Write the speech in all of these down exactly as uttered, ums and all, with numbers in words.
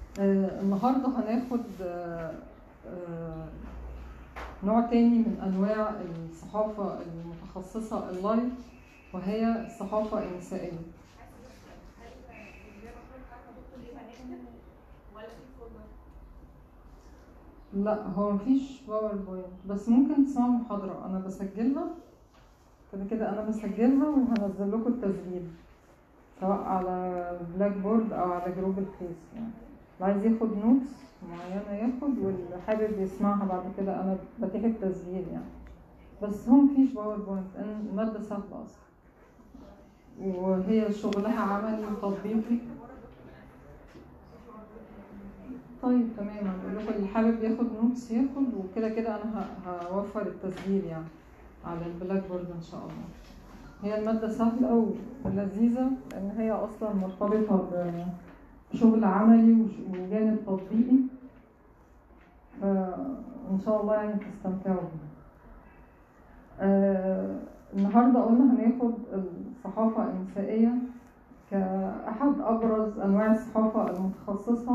آه النهارده هناخد آه آه نوع تاني من انواع الصحافه المتخصصه اللايف، وهي الصحافه النسائيه. لا، هو مفيش باوربوينت، بس ممكن تسمعوا محاضره انا بسجلها كده كده، انا بسجلها وهنزل لكم التسجيل سواء على بلاك بورد او على جروب الفيس. يعني اللي عايز ياخد نوتس معينه ياخد، واللي حابب يسمعها بعد كده انا بتيح التسجيل يعني. بس هو مفيش باوربوينت، الماده سهله اصلا وهي شغلها عملي وتطبيقي. طيب تمام، هقول لكم اللي حابب ياخد نوتس ياخد، وكده كده انا هوفر التسجيل يعني على البلاك بورد ان شاء الله. هي الماده سهله ولذيذه لان هي اصلا مرتبطه بشغل عملي وجانب تطبيقي، فان شاء الله يعني تستمتعوا بيها. آه النهارده قلنا هناخد الصحافه النسائيه كأحد أبرز أنواع الصحافة المتخصصة،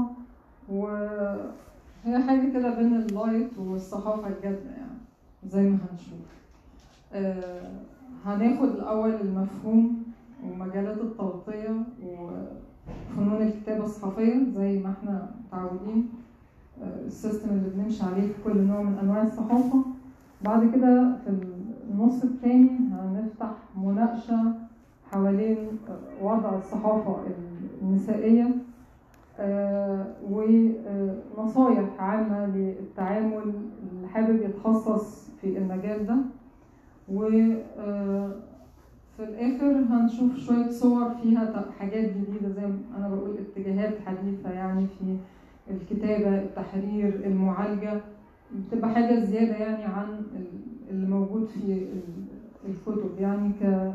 وهي حاجة كده بين اللايت والصحافة الجادة يعني زي ما هنشوف. آه هناخد الأول المفهوم ومجالات التغطية وفنون الكتابة الصحفية زي ما احنا متعودين، آه السيستم اللي بنمشي عليه في كل نوع من أنواع الصحافة. بعد كده في النص الثاني هنفتح مناقشة حوالين وضع الصحافة النسائية آه ونصايح عامة للتعامل اللي حابب يتخصص في المجال ده. وفي الآخر هنشوف شوية صور فيها حاجات جديدة زي ما أنا بقول، اتجاهات حديثة يعني في الكتابة، التحرير، المعالجة، بتبقى حاجة زيادة يعني عن اللي موجود في الكتب يعني ك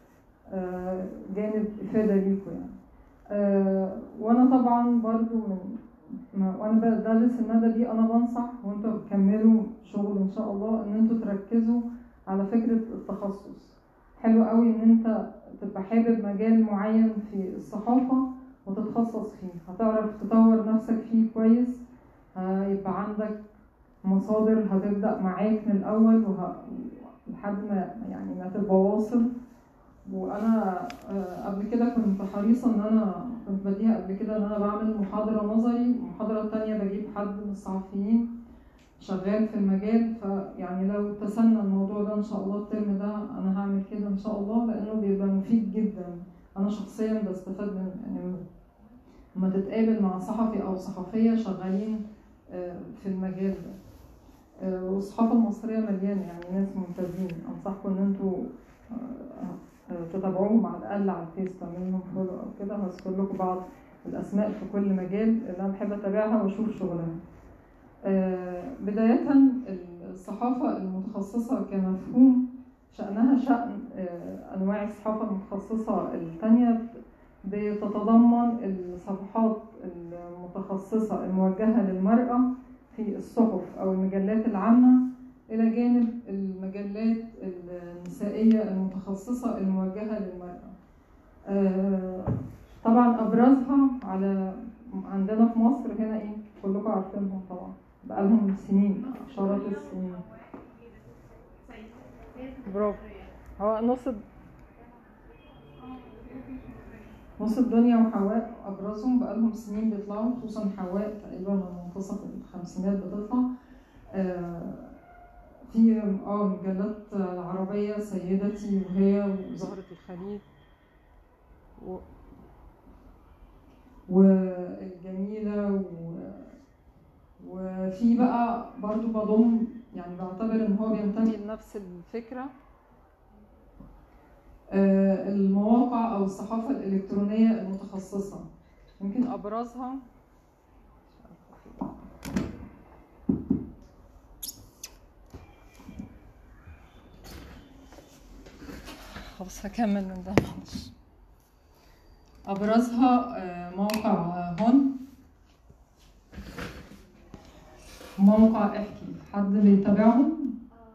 جانب إفادة ليكم يعني. أه وأنا طبعا برضو من وأنا بدرس المادة دي أنا بنصح وأنتوا بتكملوا شغل إن شاء الله إن أنتوا تركزوا على فكرة التخصص. حلو قوي إن أنت تبقى حابب مجال معين في الصحافة وتتخصص فيه، هتعرف تطور نفسك فيه كويس، هيبقى عندك مصادر هتبدأ معاك من الأول وه... لحد ما يعني ما تبقى واصل. وانا قبل كده كنت حريصه ان انا كنت بديها قبل كده ان انا بعمل محاضره نظري، المحاضره الثانيه بجيب حد من الصحفيين شغال في المجال. فيعني لو اتسنى الموضوع ده ان شاء الله الترم ده انا هعمل كده ان شاء الله، لانه بيبقى مفيد جدا. انا شخصيا بستفاد من يعني لما تتقابل مع صحفي او صحفيه شغالين في المجال ده. والصحافه المصريه مليانه يعني ناس ممتازين، انصحكم ان انتوا تتابعوهم على الاقل على الفيس، تعملوا لهم فولو او كده. هذكر لكم بعض الاسماء في كل مجال اللي انا بحب اتابعها واشوف شغلها. آه بدايه الصحافه المتخصصه كمفهوم شانها شان آه انواع الصحافه المتخصصه الثانيه، بتتضمن الصفحات المتخصصه الموجهه للمراه في الصحف او المجلات العامه، إلى جانب المجلات النسائية المتخصصة الموجهة للمرأة. آه طبعا أبرزها على عندنا في مصر هنا إيه، كلكم عارفينهم طبعا بقالهم سنين، عشرات السنين. برافو. هو نص نص الدنيا وحواء أبرزهم بقالهم سنين بيطلعوا، خصوصا حواء تقريبا من منتصف الخمسينات بتطلع. آه في اه مجلات العربية سيدتي وهي وزهرة الخليج و... والجميلة و... وفي بقى برضو بضم يعني بعتبر ان هو بينتمي لنفس الفكرة، آه المواقع او الصحافة الالكترونية المتخصصة. يمكن ابرزها خلاص هكمل من ده معلش. ابرزها موقع هون، موقع احكي، حد بيتابعهم؟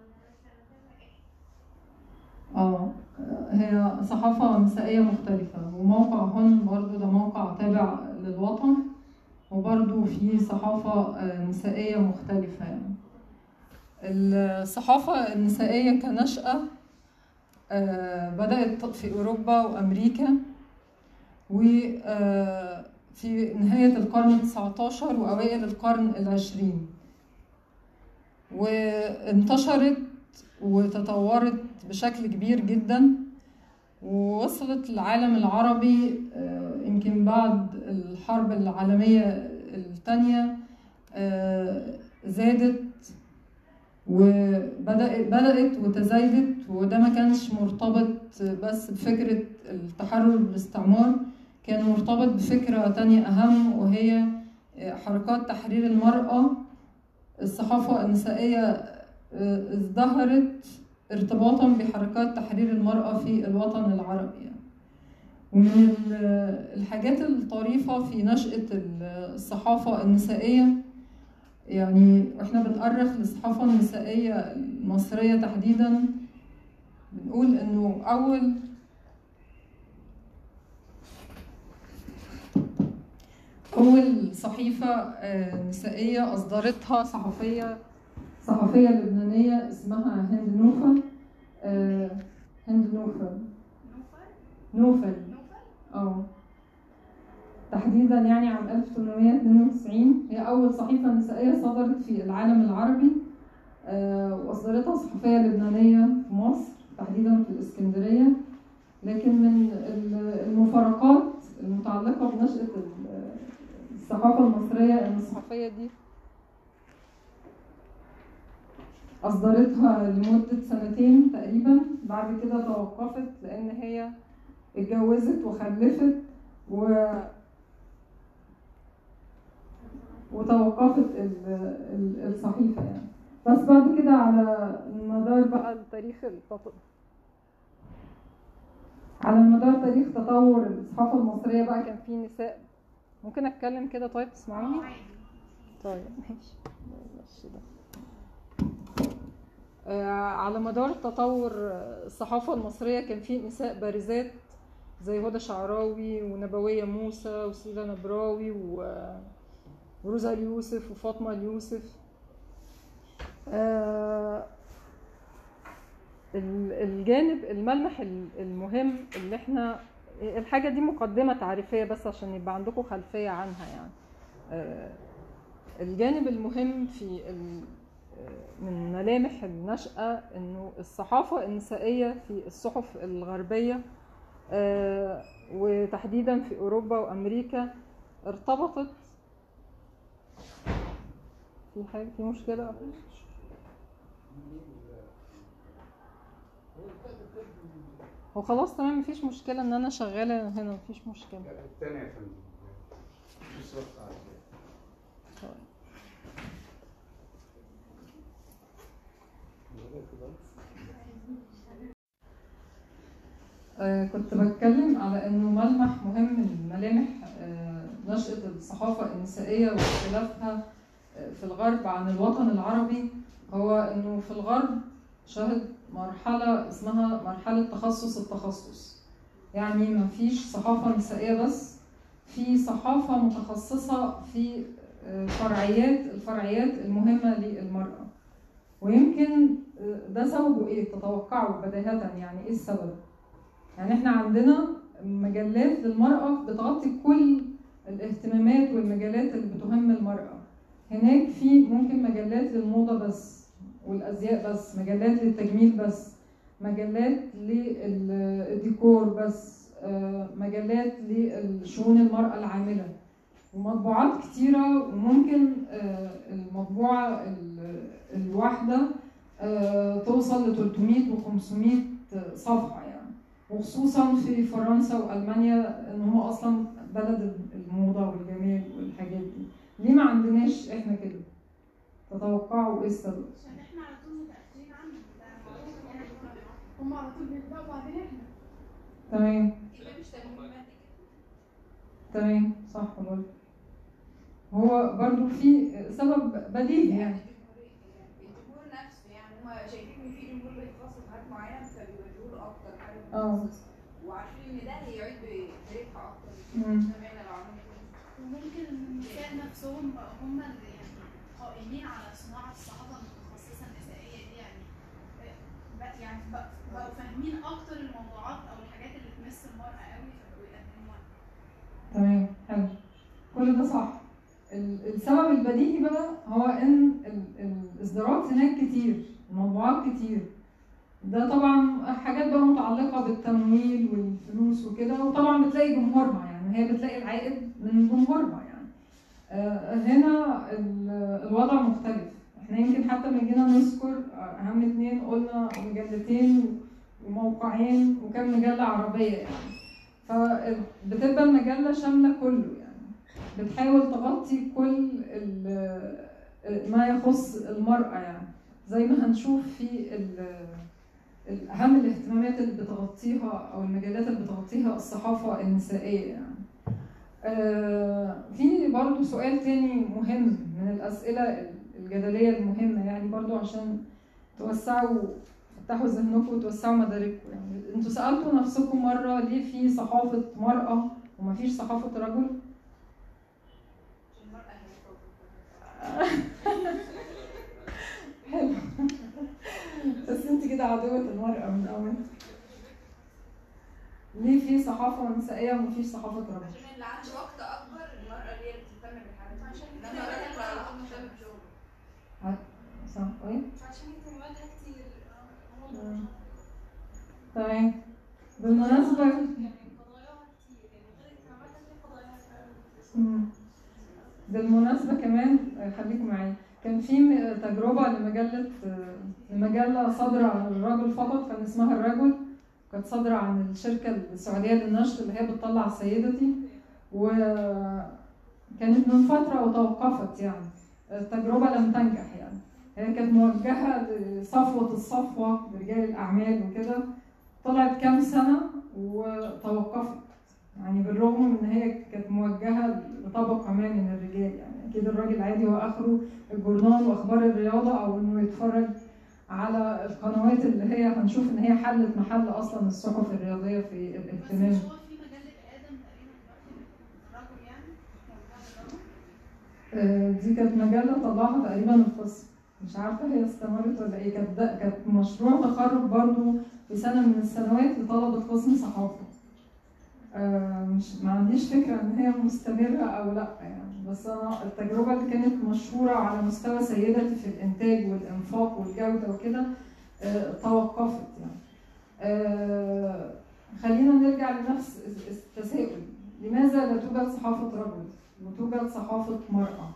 اه هي صحافة نسائية مختلفة. وموقع هون برضو ده موقع تابع للوطن، وبرضو في صحافة نسائية مختلفة. يعني الصحافة النسائية كنشأة بدأت في أوروبا وأمريكا، وفي نهاية القرن التاسع عشر وأوائل القرن العشرين، وانتشرت وتطورت بشكل كبير جدا، ووصلت للعالم العربي يمكن بعد الحرب العالمية الثانية زادت وبدأت بدأت وتزايدت. وده ما كانش مرتبط بس بفكرة التحرر بالاستعمار، كان مرتبط بفكرة تانية أهم، وهي حركات تحرير المرأة. الصحافة النسائية ازدهرت ارتباطا بحركات تحرير المرأة في الوطن العربي. يعني ومن الحاجات الطريفة في نشأة الصحافة النسائية، يعني احنا بنؤرخ للصحافة النسائية المصرية تحديدا، بنقول انه اول اول صحيفة نسائية اصدرتها صحفية صحفية لبنانية اسمها هند نوفل. هند نوفل نوفل اه تحديدا يعني عام ألف وثمانمائة واثنين وتسعين. هي أول صحيفة نسائية صدرت في العالم العربي، وأصدرتها صحفية لبنانية في مصر تحديدا في الإسكندرية. لكن من المفارقات المتعلقة بنشأة الصحافة المصرية أن الصحفية دي أصدرتها لمدة سنتين تقريبا، بعد كده توقفت لأن هي اتجوزت وخلفت و وتوقفت الصحيفة. يعني بس بعد كده على مدار بقى التاريخ التط... على مدار تاريخ تطور الصحافة المصرية بقى كان في نساء. ممكن أتكلم كده طيب تسمعوني؟ طيب ماشي ماشي ده. آه على مدار تطور الصحافة المصرية كان في نساء بارزات زي هدى شعراوي ونبوية موسى وسيلة نبراوي و وروزا اليوسف وفاطمة اليوسف. آه الجانب الملمح المهم اللي احنا الحاجة دي مقدمة تعريفية بس عشان يبقى عندكم خلفية عنها. يعني آه الجانب المهم في من ملامح النشأة انه الصحافة النسائية في الصحف الغربية آه وتحديدا في أوروبا وأمريكا ارتبطت. في حاجة في مشكلة؟ هو خلاص تمام مفيش مشكلة ان انا شغالة هنا، مفيش مشكلة. الثانية يا فندم آه كنت بتكلم على انه ملمح مهم من ملامح آه نشأة الصحافة النسائية واختلافها آه في الغرب عن الوطن العربي، هو انه في الغرب شهد مرحلة اسمها مرحلة تخصص التخصص. يعني ما فيش صحافة نسائية بس، في صحافة متخصصة في فرعيات الفرعيات المهمة للمرأة. ويمكن ده سببه ايه؟ تتوقعوا بداهة يعني ايه السبب؟ يعني احنا عندنا مجلات للمرأة بتغطي كل الاهتمامات والمجالات اللي بتهم المرأة. هناك في ممكن مجلات للموضة بس والأزياء بس، مجلات للتجميل بس، مجلات للديكور بس، مجلات لشؤون المرأة العاملة، ومطبوعات كتيرة. وممكن المطبوعة الواحدة توصل ل ثلاثمائة و خمسمائة صفحة يعني، وخصوصا في فرنسا وألمانيا ان هم اصلا بلد الموضة والجمال والحاجات دي. ليه ما عندناش احنا كده؟ تتوقعوا ايه السبب؟ عشان احنا على طول متأخرين عنهم، ده معروف يعني. هم على طول بيبدأوا بعدين احنا. تمام يبقى مش تمام تمام صح برضه. هو برضه في سبب بديهي يعني. الجمهور نفسه يعني هم شايفين ان في جمهور بيتخصص في حاجات معينة فبيودوا له اكتر حاجة متخصصة، وعارفين ان ده هيعيد بطريقة اكتر. امم وممكن النساء نفسهم هم اللي يعني قائمين على صناعه الصحافه المتخصصه النسائيه دي، يعني يعني بقوا فاهمين اكتر الموضوعات او الحاجات اللي تمس المراه قوي فبقوا يقدموها. تمام، حلو، كل ده صح. السبب البديهي بقى هو ان الاصدارات هناك كتير، الموضوعات كتير. ده طبعا حاجات بقى متعلقه بالتمويل والفلوس وكده، وطبعا بتلاقي جمهورها، يعني هي بتلاقي العائد من جمهورها يعني. آه هنا الوضع مختلف. احنا يمكن حتى لما جينا نذكر اهم اتنين قلنا مجلتين وموقعين وكان مجله عربيه يعني. فبتبقى المجله شامله كله يعني، بتحاول تغطي كل ما يخص المراه يعني، زي ما هنشوف في اهم الاهتمامات اللي بتغطيها او المجالات اللي بتغطيها الصحافه النسائيه يعني. آه في برضو سؤال تاني مهم من الاسئله الجدليه المهمه يعني، برضو عشان توسعوا تفتحوا ذهنكم وتوسعوا مدارككم يعني. انتوا سالتوا نفسكم مره ليه في صحافه مراه ومفيش صحافه رجل؟ حلو. بس انت كده عدوة المرأة من اول. ليه في صحافة نسائية ومفيش صحافة رجل؟ عشان اللي عنده وقت اكبر المرأة اللي هي بتهتم بحاجتها، عشان لما الراجل بقى مهتم بشغله. صح، ايه؟ عشان اهتماماتها كتير. تمام. بالمناسبة يعني قضاياها كتير، يعني غير اهتماماتها في قضاياها. بالمناسبة كمان خليكم معايا، كان في تجربة لمجلة لمجلة صادرة عن الرجل فقط، كان اسمها الرجل، كانت صادرة عن الشركة السعودية للنشر اللي هي بتطلع سيدتي، وكانت من فترة وتوقفت يعني. التجربة لم تنجح يعني، هي كانت موجهة لصفوة الصفوة لرجال الأعمال وكده، طلعت كام سنة وتوقفت يعني، بالرغم من ان هي كانت موجهه لطبقه ما من الرجال يعني. اكيد الراجل العادي هو اخره الجورنال واخبار الرياضه، او انه يتفرج على القنوات اللي هي هنشوف ان هي حلت محل اصلا الصحف الرياضيه في الاهتمام. بس هو في مجله ادم تقريبا الرجل يعني. دي كانت مجله طلعها تقريبا القسم، مش عارفه هي استمرت ولا ايه. كانت كانت مشروع تخرج برضو في سنه من السنوات لطلبه قسم صحافه. آه مش ما عنديش فكره ان هي مستمره او لا يعني، بس انا التجربه اللي كانت مشهوره على مستوى سيدتي في الانتاج والانفاق والجوده وكده آه توقفت يعني. آه خلينا نرجع لنفس التساؤل، لماذا لا توجد صحافه رجل وتوجد صحافه مراه؟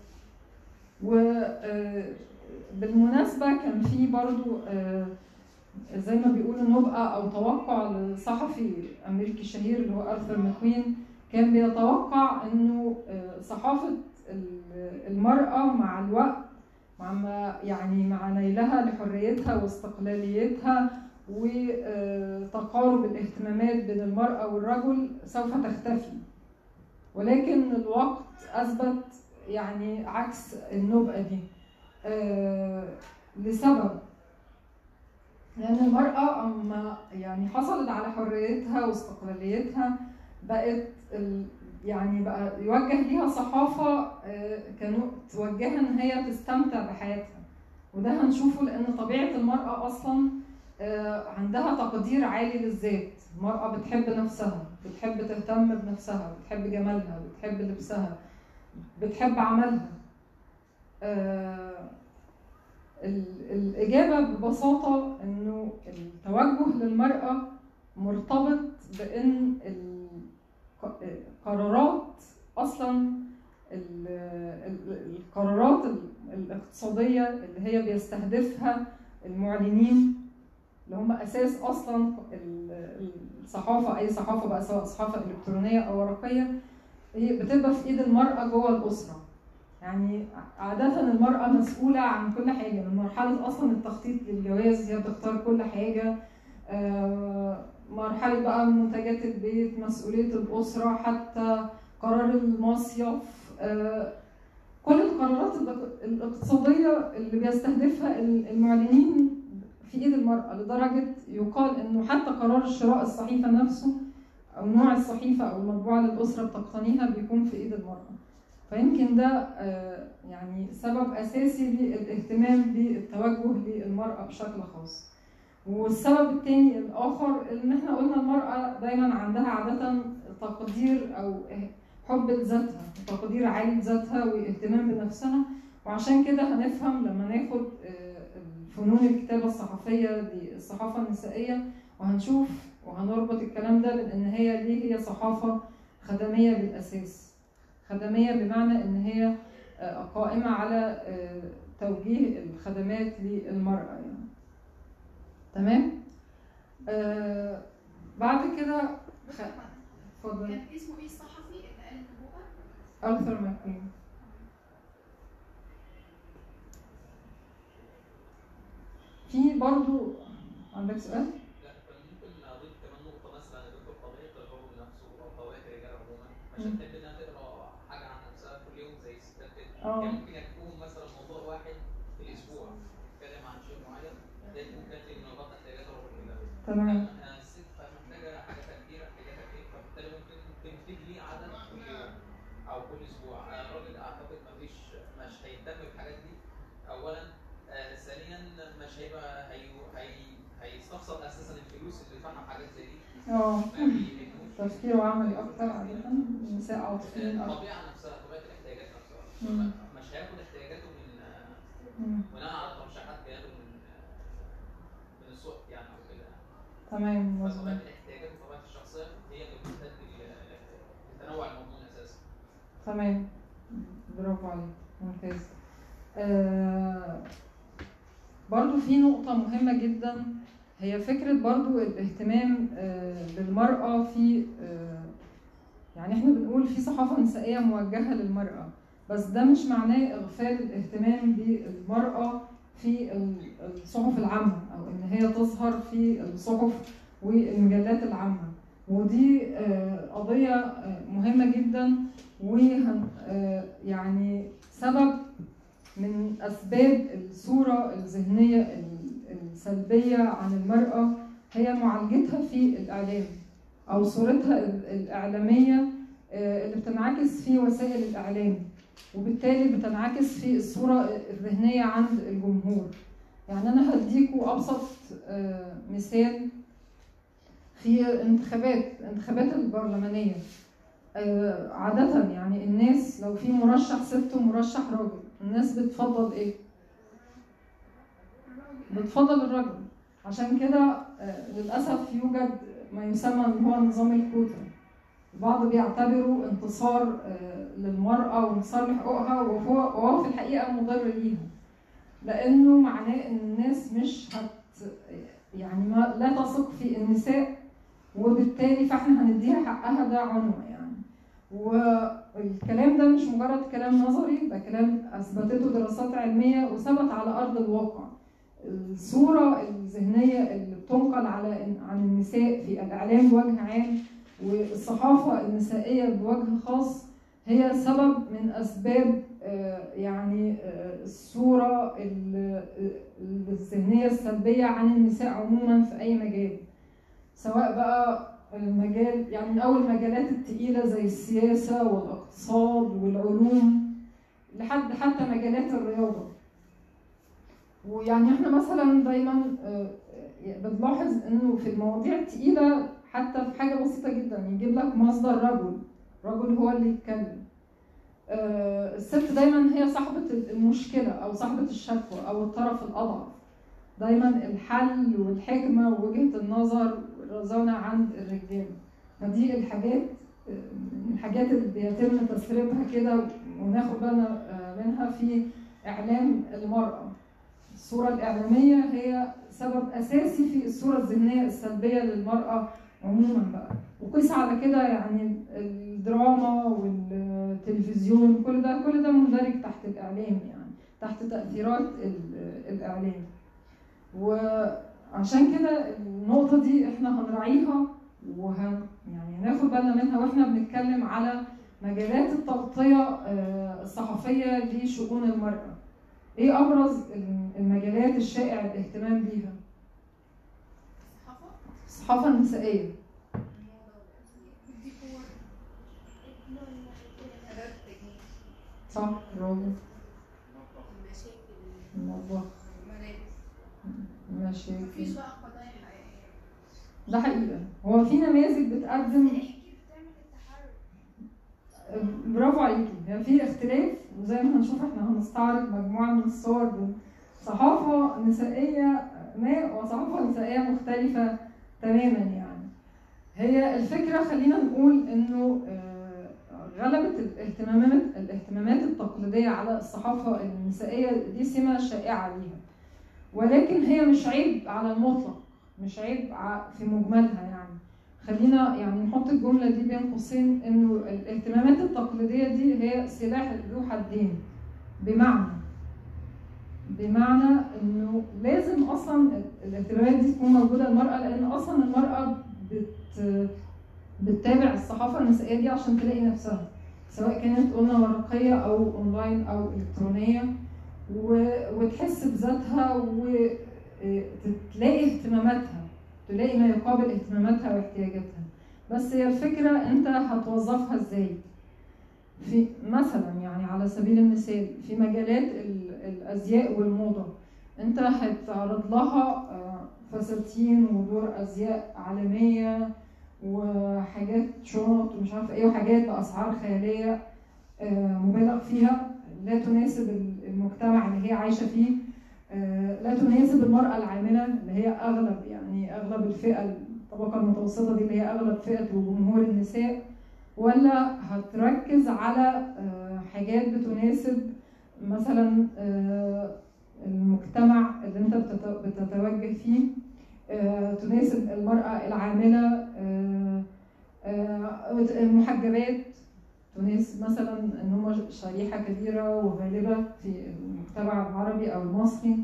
وبالمناسبه كان في برضو آه زي ما بيقولوا نبأة أو توقع لصحفي أمريكي شهير اللي هو أرثر ماكوين، كان بيتوقع إنه صحافة المرأة مع الوقت، مع ما يعني مع نيلها لحريتها واستقلاليتها وتقارب الاهتمامات بين المرأة والرجل سوف تختفي، ولكن الوقت أثبت يعني عكس النبأة دي لسبب، لأن يعني المرأة أما يعني حصلت على حريتها واستقلاليتها بقت يعني بقى يوجه ليها صحافة كانوا توجهها إن هي تستمتع بحياتها، وده هنشوفه لأن طبيعة المرأة أصلا عندها تقدير عالي للذات. المرأة بتحب نفسها، بتحب تهتم بنفسها، بتحب جمالها، بتحب لبسها، بتحب عملها. الإجابة ببساطة إنه التوجه للمرأة مرتبط بإن القرارات أصلاً القرارات الاقتصادية اللي هي بيستهدفها المعلنين اللي هم أساس أصلاً الصحافة، أي صحافة بقى سواء صحافة إلكترونية أو ورقية، هي بتبقى في إيد المرأة جوه الأسرة. يعني عادة المرأة مسؤولة عن كل حاجة، من مرحلة أصلا التخطيط للجواز هي بتختار كل حاجة، مرحلة بقى منتجات البيت، مسؤولية الأسرة، حتى قرار المصيف، كل القرارات الاقتصادية اللي بيستهدفها المعلنين في إيد المرأة، لدرجة يقال إنه حتى قرار شراء الصحيفة نفسه أو نوع الصحيفة أو المطبوعة للأسرة بتقتنيها بيكون في إيد المرأة. فيمكن ده آه، يعني سبب أساسي للاهتمام بالتوجه للمرأة بشكل خاص. والسبب الثاني الآخر إن إحنا قلنا المرأة دايما عندها عادة تقدير أو حب لذاتها، تقدير عالي لذاتها واهتمام بنفسها، وعشان كده هنفهم لما ناخد فنون الكتابة الصحفية للصحافة النسائية، وهنشوف وهنربط الكلام ده بأن هي ليه هي صحافة خدمية بالأساس. خدمية بمعنى أن هي قائمة على توجيه الخدمات للمرأة يعني. تمام؟ آه بعد كده اتفضل. كان اسمه ايه الصحفي اللي قال النبوءة؟ أرثر ماكوين. في برضو عندك سؤال؟ لا ممكن اضيف كمان نقطه مثلا يا دكتور، طبيعه الرجل نفسه او طبيعه الرجال عموما مش هتحب انها تقرا حاجه عن نفسها كل يوم زي الستات كده. يعني ممكن يكون مثلا موضوع واحد في الاسبوع يتكلم عن شيء معين، ده ممكن تلاقي انه يغطي احتياجات الرجل كده. تمام. الست محتاجه حاجه كتير، احتياجاتها كتير، فبالتالي ممكن تنتج لي عدد كل يوم او كل اسبوع. الراجل اعتقد مفيش مش هيهتم بالحاجات دي اولا. آه ثانيا مش هيبقى هي هي هيستخسر اساسا الفلوس اللي يدفعها في حاجات زي دي. اه تفكيره عملي اكتر عاده، النساء عاطفيين اكتر. الطبيعه نفسها، طبيعه الاحتياجات نفسها مم. مش هياخد احتياجاته من بناء على ترشيحات جايه من من السوق يعني او كده. تمام. طبيعه الاحتياجات وطبيعه الشخصيه هي اللي بتؤدي لتنوع المضمون اساسا. تمام، برافو عليك، ممتاز. آه برضو في نقطة مهمة جدا، هي فكرة برضو الاهتمام آه بالمرأة في آه يعني احنا بنقول في صحافة نسائية موجهة للمرأة، بس ده مش معناه اغفال الاهتمام بالمرأة في الصحف العامة او ان هي تظهر في الصحف والمجلات العامة. ودي آه قضية آه مهمة جدا، ويعني سبب من أسباب الصورة الذهنية السلبية عن المرأة هي معالجتها في الإعلام أو صورتها الإعلامية اللي بتنعكس في وسائل الإعلام، وبالتالي بتنعكس في الصورة الذهنية عند الجمهور. يعني أنا هديكوا أبسط مثال في انتخابات انتخابات البرلمانية. عادة يعني الناس لو في مرشح ست ومرشح راجل، الناس بتفضل ايه؟ بتفضل الرجل. عشان كده للأسف يوجد ما يسمى ان هو نظام الكوتا. البعض بيعتبره انتصار للمرأة وانتصار لحقوقها، وهو في الحقيقة مضر ليها، لأنه معناه ان الناس مش هت يعني ما لا تثق في النساء، وبالتالي فاحنا هنديها حقها. ده عنوان يعني. والكلام ده مش مجرد كلام نظري، ده كلام اثبتته دراسات علميه وثبت على ارض الواقع. الصوره الذهنيه اللي بتنقل على عن النساء في الاعلام بوجه عام والصحافه النسائيه بوجه خاص هي سبب من اسباب يعني الصوره الذهنيه السلبيه عن النساء عموما في اي مجال، سواء بقى المجال يعني من اول المجالات الثقيله زي السياسه والاقتصاد والعلوم لحد حتى مجالات الرياضه. ويعني احنا مثلا دايما بنلاحظ انه في المواضيع الثقيله حتى في حاجه بسيطه جدا يجيب لك مصدر رجل، رجل هو اللي يتكلم. الست دايما هي صاحبه المشكله او صاحبه الشكوى او الطرف الاضعف. دايما الحل والحكمه ووجهه النظر والرزانه عند الرجال. فدي الحاجات الحاجات اللي بيتم تسريبها كده وناخد بالنا منها في اعلام المراه. الصوره الاعلاميه هي سبب اساسي في الصوره الذهنيه السلبيه للمراه عموما بقى. وقيس على كده يعني الدراما والتلفزيون، كل ده كل ده مندرج تحت الاعلام، يعني تحت تاثيرات الاعلام. وعشان كده النقطه دي احنا هنراعيها وهن يعني ناخد بالنا منها واحنا بنتكلم على مجالات التغطيه الصحفيه لشؤون المراه. ايه ابرز المجالات الشائع الاهتمام بيها؟ الصحافه النسائيه. صح برافو. المشاكل المطبخ الملابس ماشي. مفيش بقى قضايا حقيقية. ده حقيقة. هو في نماذج بتقدم احكي بتعمل التحرك. برافو عليكي، يعني في اختلاف، وزي ما هنشوف احنا هنستعرض مجموعة من الصور بين صحافة نسائية ما وصحافة نسائية مختلفة تماما. يعني هي الفكرة خلينا نقول انه غلبت الاهتمامات الاهتمامات التقليدية على الصحافة النسائية، دي سمة شائعة ليها، ولكن هي مش عيب على المطلق، مش عيب في مجملها. يعني خلينا يعني نحط الجملة دي بين قوسين، انه الاهتمامات التقليدية دي هي سلاح ذو حدين، بمعنى بمعنى انه لازم اصلا الاهتمامات دي تكون موجودة للمرأة، لان اصلا المرأة بت بتتابع الصحافة النسائية دي عشان تلاقي نفسها، سواء كانت قلنا ورقية او اونلاين او الكترونية، وتحس بذاتها وتلاقي اهتماماتها، تلاقي ما يقابل اهتماماتها واحتياجاتها. بس هي الفكرة انت هتوظفها ازاي؟ في مثلا يعني على سبيل المثال في مجالات الازياء والموضة، انت هتعرض لها فساتين ودور ازياء عالمية وحاجات شنط ومش عارفه ايه، وحاجات باسعار خياليه مبالغ فيها لا تناسب المجتمع اللي هي عايشه فيه، لا تناسب المراه العامله اللي هي اغلب يعني اغلب الفئه الطبقه المتوسطه دي اللي هي اغلب فئه وجمهور النساء، ولا هتركز على حاجات بتناسب مثلا المجتمع اللي انت بتتوجه فيه، تناسب المرأة العاملة، المحجبات تناسب مثلا ان هم شريحة كبيرة وغالبة في المجتمع العربي او المصري.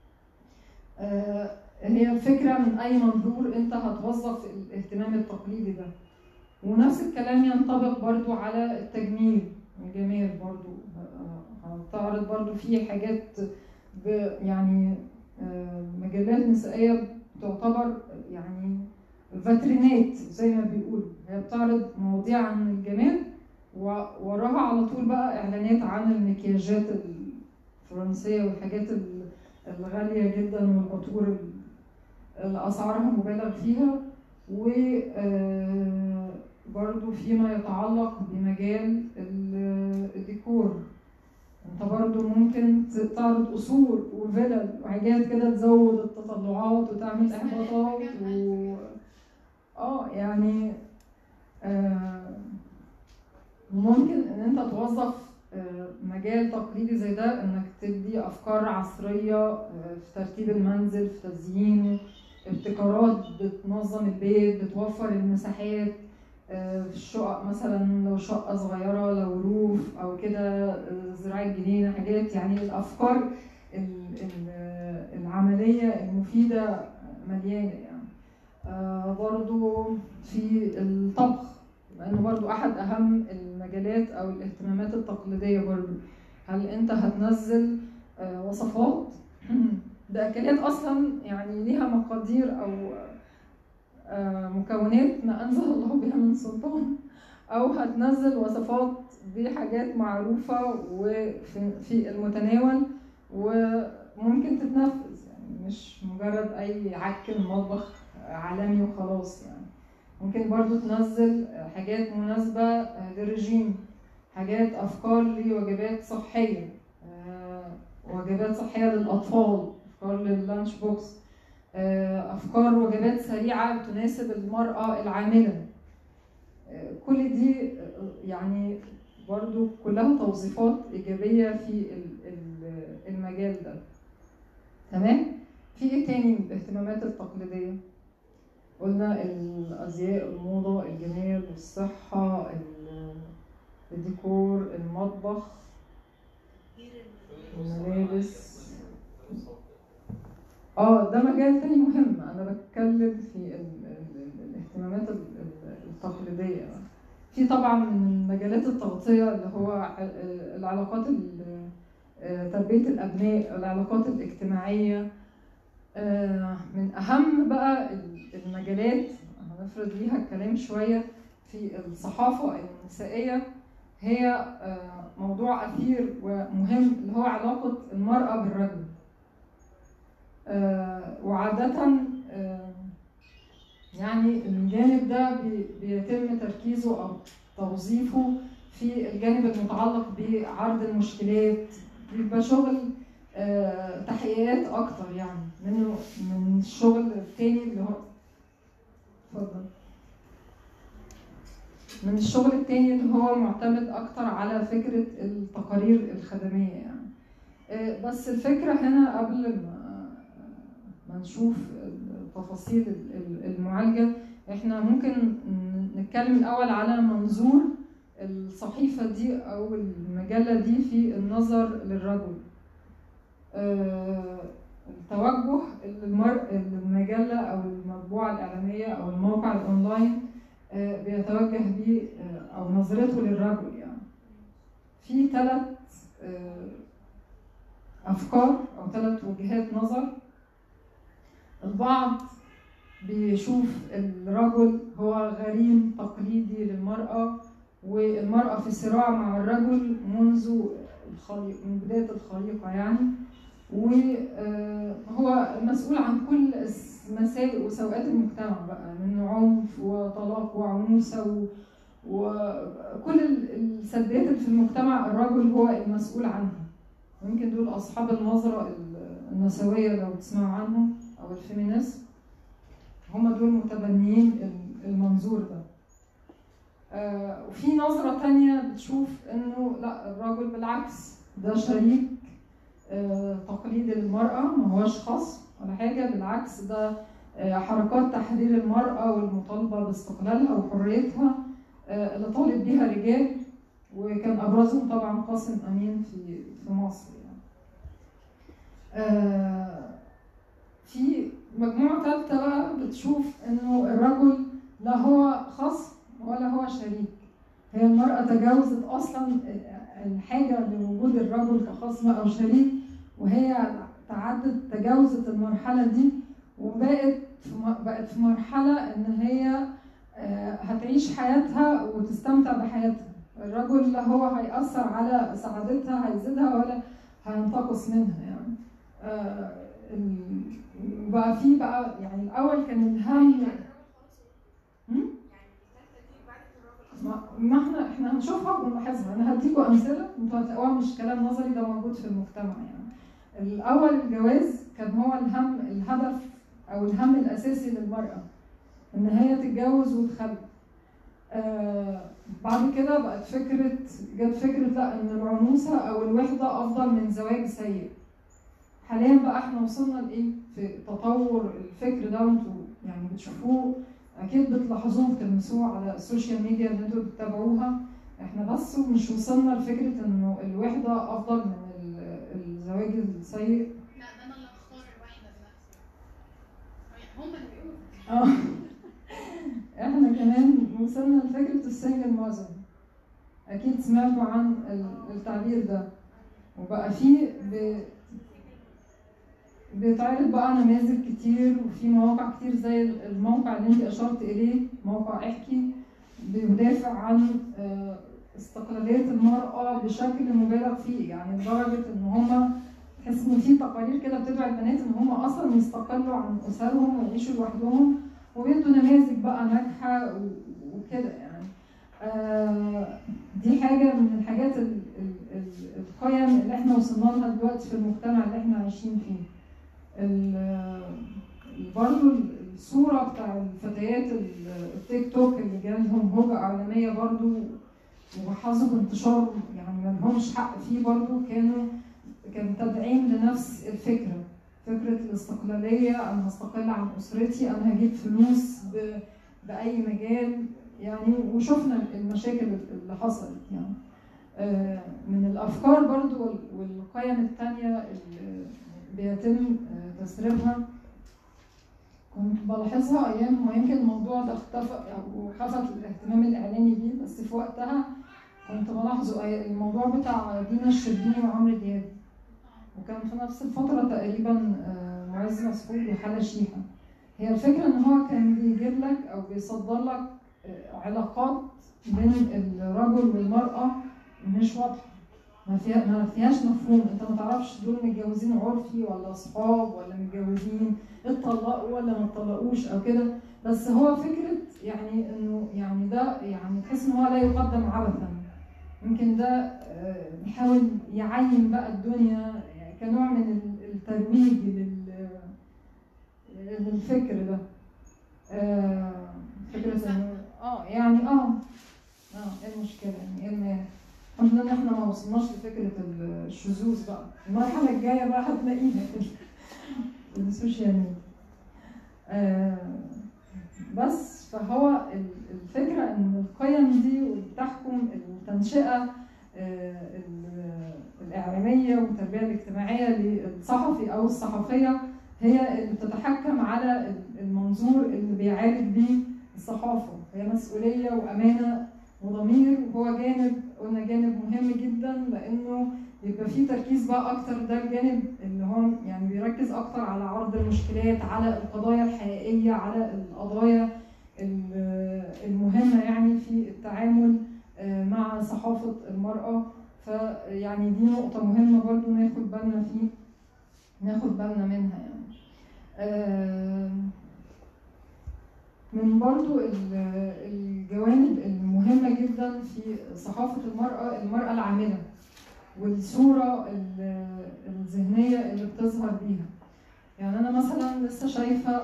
هي الفكرة من اي منظور انت هتوظف الاهتمام التقليدي ده. ونفس الكلام ينطبق برضو على التجميل الجمال، برضو هتعرض برضو فيه حاجات يعني مجلات نسائية تعتبر يعني فاترينات زي ما بيقولوا، هي بتعرض مواضيع عن الجمال ووراها على طول بقى اعلانات عن المكياجات الفرنسيه والحاجات الغاليه جدا والعطور اللي اسعارها مبالغ فيها. وبرضو فيما يتعلق بمجال الديكور، انت برضو ممكن تعرض قصور وفلل وحاجات كده تزود التطلعات وتعمل احباطات و... اه يعني آه ممكن ان انت توظف آه مجال تقليدي زي ده، انك تدي افكار عصريه آه في ترتيب المنزل، في تزيينه، ابتكارات بتنظم البيت، بتوفر المساحات في الشقق، مثلا لو شقة صغيرة، لو روف أو كده، زراعة جنينة، حاجات يعني الأفكار العملية المفيدة مليانة. يعني برضو في الطبخ، لأنه برضو أحد أهم المجالات أو الاهتمامات التقليدية برضو. هل أنت هتنزل وصفات بأكلات أصلا يعني ليها مقادير أو مكونات ما أنزل الله بها من سلطان، أو هتنزل وصفات بحاجات معروفة وفي المتناول وممكن تتنفذ، يعني مش مجرد أي عك المطبخ عالمي وخلاص. يعني ممكن برضو تنزل حاجات مناسبة للرجيم، حاجات أفكار لوجبات صحية، وجبات صحية للأطفال، أفكار لللانش بوكس، أفكار وجبات سريعة تناسب المرأة العاملة. كل دي يعني برضو كلها توظيفات إيجابية في المجال ده. تمام؟ في إيه تاني من الاهتمامات التقليدية؟ قلنا الأزياء، الموضة، الجمال، الصحة، الديكور، المطبخ، الملابس. اه ده مجال تاني مهم، انا بتكلم في ال ال الاهتمامات التقليديه. في طبعا من المجالات التغطيه اللي هو العلاقات، تربيه الابناء، العلاقات الاجتماعيه. من اهم بقى المجالات هنفرد ليها الكلام شويه في الصحافه النسائيه هي موضوع أثير ومهم اللي هو علاقة المرأة بالرجل. وعادة يعني الجانب ده بيتم تركيزه أو توظيفه في الجانب المتعلق بعرض المشكلات، بيبقى شغل تحقيقات أكتر يعني منه من الشغل التاني اللي هو اتفضل من الشغل التاني اللي هو معتمد أكتر على فكرة التقارير الخدمية يعني. بس الفكرة هنا قبل ما ما نشوف تفاصيل المعالجة، احنا ممكن نتكلم الأول على منظور الصحيفة دي أو المجلة دي في النظر للرجل. التوجه المجلة أو المطبوعة الإعلامية أو الموقع الأونلاين بيتوجه بيه أو نظرته للرجل يعني. في ثلاث أفكار أو ثلاث وجهات نظر. البعض بيشوف الرجل هو غريم تقليدي للمرأة، والمرأة في صراع مع الرجل منذ الخليقة من بداية الخليقة يعني، وهو مسؤول عن كل مساوئ وسوءات المجتمع بقى من عنف وطلاق وعنوسة وكل السلبيات اللي في المجتمع الرجل هو المسؤول عنها. ويمكن دول أصحاب النظرة النسوية لو تسمعوا عنهم أو الفيمينيست، هم دول متبنيين المنظور ده. آه وفي نظرة تانية بتشوف إنه لا، الرجل بالعكس ده شريك آه تقليدي للمرأة، ما هوش خاص ولا حاجة، بالعكس ده آه حركات تحرير المرأة والمطالبة باستقلالها وحريتها آه اللي طالب بيها رجال، وكان أبرزهم طبعا قاسم أمين في في مصر يعني. آه في مجموعة ثالثة بقى بتشوف إنه الرجل لا هو خصم ولا هو شريك، هي المرأة تجاوزت أصلا الحاجة لوجود الرجل كخصم أو شريك، وهي تعدت تجاوزت المرحلة دي وبقت بقت في مرحلة إن هي هتعيش حياتها وتستمتع بحياتها. الرجل لا هو هيأثر على سعادتها هيزيدها ولا هينتقص منها يعني. بقى في بقى يعني الأول كان الهم ما احنا احنا هنشوفها ونلاحظها. انا هديكم امثله انتوا هتلاقوها مش كلام نظري، ده موجود في المجتمع يعني. الاول الجواز كان هو الهم الهدف او الهم الاساسي للمراه ان هي تتجوز وتخلف. آه بعد كده بقت فكره جت فكره لا، ان العنوسه او الوحده افضل من زواج سيء. حاليا بقى احنا وصلنا لايه في تطور الفكر ده، وانتوا يعني بتشوفوه اكيد بتلاحظوه بتلمسوه على السوشيال ميديا اللي انتوا بتتابعوها. احنا بس مش وصلنا لفكره انه الوحده افضل من الزواج السيء. لا، ده انا اللي اختار الوحده بنفسي، هم اللي بيقولوا اه احنا كمان وصلنا لفكره السنجل ماذر، اكيد سمعتوا عن التعبير ده. وبقى فيه ب... بيتعرض بقى نماذج كتير، وفي مواقع كتير زي الموقع اللي انت اشرت اليه، موقع احكي، بيدافع عن استقلالية المرأة بشكل مبالغ فيه يعني، لدرجة ان هما تحس ان في تقارير كده بتدعي البنات ان هما اصلا يستقلوا عن اسرهم ويعيشوا لوحدهم، وبيدوا نماذج بقى ناجحة وكده يعني. دي حاجة من الحاجات القيم اللي احنا وصلنا لها دلوقتي في المجتمع اللي احنا عايشين فيه. برضو الصورة بتاع الفتيات التيك توك اللي جالهم هوجة عالمية برضو وحظوا بانتشار يعني ما لهمش حق فيه، برضو كانوا كان تدعيم لنفس الفكرة، فكرة الاستقلالية. أنا هستقل عن أسرتي، أنا هجيب فلوس بأي مجال يعني. وشفنا المشاكل اللي حصلت يعني. من الأفكار برضو والقيم التانية اللي بيتم تسريبها كنت بلاحظها ايام ما يمكن الموضوع ده اختفى وخفت الاهتمام الاعلامي بيه، بس في وقتها كنت بلاحظه الموضوع بتاع دينا الشربيني وعمرو دياب، وكان في نفس الفتره تقريبا معز مسعود وحلا شيحه. هي الفكره ان هو كان بيجيب لك او بيصدر لك علاقات بين الرجل والمراه مش واضحه، ما فيها ما فيهاش مفهوم، انت ما تعرفش دول متجوزين عرفي ولا اصحاب ولا متجوزين اتطلقوا ولا ما اتطلقوش او كده. بس هو فكره يعني انه يعني ده يعني تحس ان هو لا يقدم عبثا. يمكن ده بيحاول يعين بقى الدنيا كنوع من الترويج للفكر ده. فكره انه اه يعني اه اه ايه المشكله يعني؟ ايه المانع؟ الحمد لله ان احنا ما وصلناش لفكره الشذوذ بقى. المرحله الجايه بقى هتلاقيها في السوشيال ميديا. آه بس فهو الفكره ان القيم دي بتحكم التنشئه آه الاعلاميه والتربيه الاجتماعيه للصحفي او الصحفيه، هي اللي بتتحكم على المنظور اللي بيعالج بيه الصحافه. هي مسؤوليه وامانه وضمير، وهو جانب قلنا جانب مهم جدا، لانه يبقى فيه تركيز بقى اكتر. ده الجانب اللي هو يعني بيركز اكتر على عرض المشكلات، على القضايا الحقيقيه، على القضايا المهمه يعني في التعامل مع صحافه المراه. فيعني دي نقطه مهمه برضو ناخد بالنا فيه ناخد بالنا منها يعني. من برضو الجوانب المهمة جدا في صحافة المرأة، المرأة العاملة والصورة الذهنية اللي بتظهر بيها. يعني أنا مثلا لسه شايفة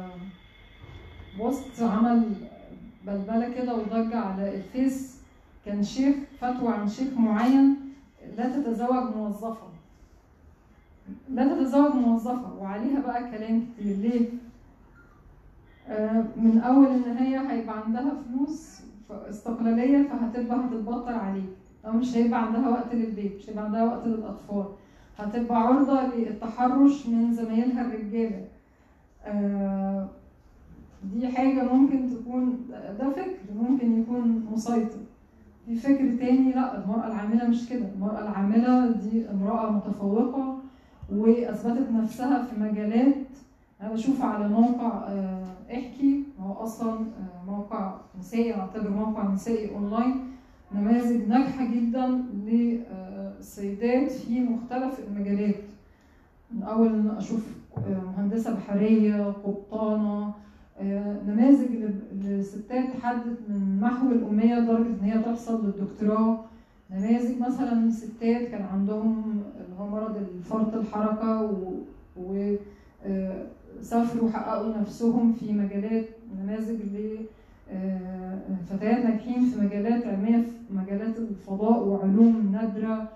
بوست عمل بلبلة كده وضجة على الفيس، كان شيخ فتوى عن شيخ معين لا تتزوج موظفة لا تتزوج موظفة وعليها بقى كلام كتير. ليه؟ من اول ان هي هيبقى عندها فلوس استقلاليه فهتبقى هتتبطر عليه، او مش هيبقى عندها وقت للبيت، مش هيبقى عندها وقت للاطفال، هتبقى عرضه للتحرش من زمايلها الرجاله. دي حاجه ممكن تكون، ده فكر ممكن يكون مسيطر. في فكر تاني لا، المراه العامله مش كده، المراه العامله دي امراه متفوقه واثبتت نفسها في مجالات. انا بشوف على موقع احكي، هو اصلا موقع نسائي، اعتبر موقع نسائي اونلاين، نماذج ناجحه جدا للسيدات في مختلف المجالات. من اول ان اشوف مهندسه بحريه، قبطانه، نماذج لستات حدت من محو الاميه لدرجه ان هي توصل للدكتوراه. نماذج مثلا ستات كان عندهم اللي هو مرض الفرط الحركه و, و سافروا وحققوا نفسهم في مجالات. نماذج لفتيات ناجحين في مجالات علميه، في مجالات الفضاء وعلوم نادره،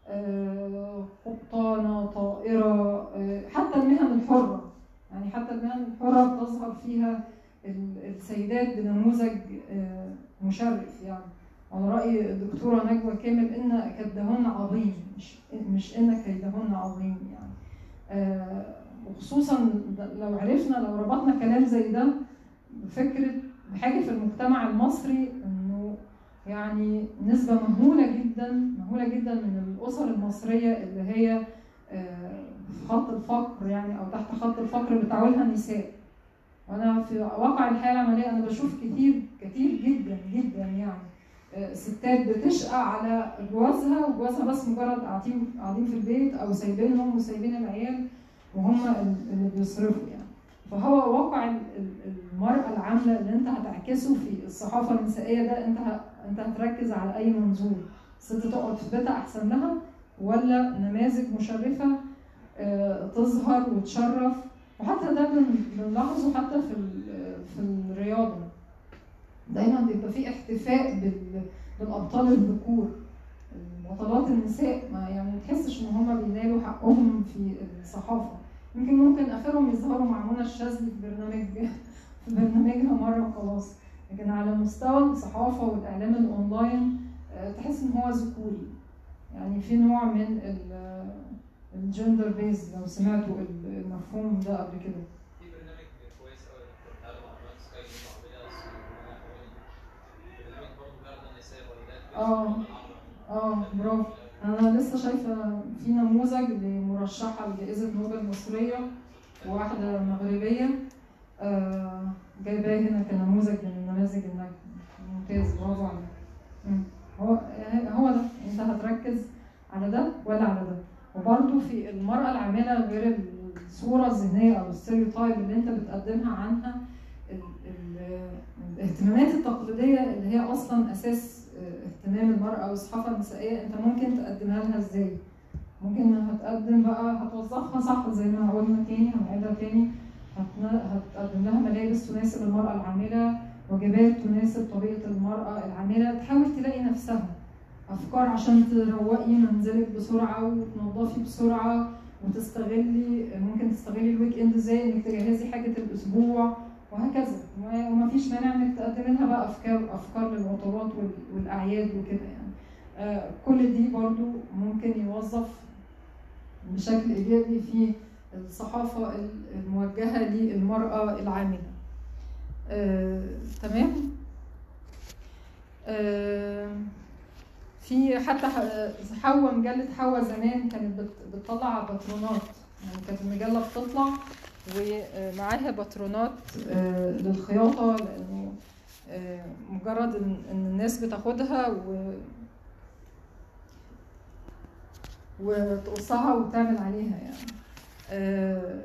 قبطانه، طائره، حتى المهن الحره. يعني حتى المهن الحره بتظهر فيها السيدات بنموذج مشرف. يعني على راي الدكتوره نجوى كامل، ان كدهن عظيم، مش مش ان كيدهن عظيم يعني. وخصوصا لو عرفنا، لو ربطنا كلام زي ده بفكره بحاجه في المجتمع المصري، انه يعني نسبه مهوله جدا مهوله جدا من الاسر المصريه اللي هي في خط الفقر يعني، او تحت خط الفقر بتعولها النساء. وانا في واقع الحياه العمليه انا بشوف كتير كتير جدا جدا يعني ستات بتشقى على جوازها، وجوازها بس مجرد قاعدين قاعدين في البيت او سايبينهم وسايبين العيال وهم اللي بيصرفوا يعني. فهو واقع المرأة العاملة اللي انت هتعكسه في الصحافة النسائية ده، انت انت هتركز على اي منظور؟ الست تقعد في بيتها احسن لها، ولا نماذج مشرفة اه تظهر وتشرف؟ وحتى ده بنلاحظه حتى في في الرياضة، دايما بيبقى في احتفاء بالابطال الذكور. البطلات النساء ما يعني ما تحسش ان هم بينالوا حقهم في الصحافه. يمكن ممكن اخرهم يظهروا مع منى الشاذلي في برنامج في برنامجها مره خلاص، لكن على مستوى الصحافه والاعلام الاونلاين تحس ان هو ذكوري. يعني في نوع من الجندر بيز، لو سمعتوا المفهوم ده قبل كده. في برنامج كويس قوي بتاع العنوان سكاي العربيه، برنامج برضه بيعرض النساء والولاد. اه اه برافو. انا لسه شايفه في نموذج لمرشحه لجائزه نوبل المصريه وواحده مغربيه، آه جايباه هنا كنموذج من النماذج الناجحه. ممتاز، برافو عليك. هو هو ده تشوفي المرأة العاملة غير الصورة الذهنية أو الستيريوتايب اللي أنت بتقدمها عنها، الاهتمامات التقليدية اللي هي أصلا أساس اهتمام المرأة أو الصحافة النسائية، أنت ممكن تقدمها لها إزاي؟ ممكن هتقدم بقى، هتوظفها صح زي ما قلنا تاني، هنعيدها تاني، هتقدم لها ملابس تناسب المرأة العاملة، وجبات تناسب طبيعة المرأة العاملة، تحاول تلاقي نفسها أفكار عشان تروقي منزلك بسرعة وتنظفي بسرعة وتستغلي، ممكن تستغلي الويك اند ازاي، انك تجهزي حاجة الأسبوع وهكذا. ومفيش مانع انك تقدمي لها بقى أفكار أفكار للعطلات والأعياد وكده يعني. آه كل دي برضو ممكن يوظف بشكل إيجابي في الصحافة الموجهة للمرأة العاملة. آه، تمام. آه، في حتى حوا، مجلة حوا زمان كانت بتطلع باترونات، يعني كانت المجلة بتطلع ومعاها باترونات آه للخياطة، لأنه آه مجرد إن الناس بتاخدها و وتقصها وتعمل عليها يعني. آه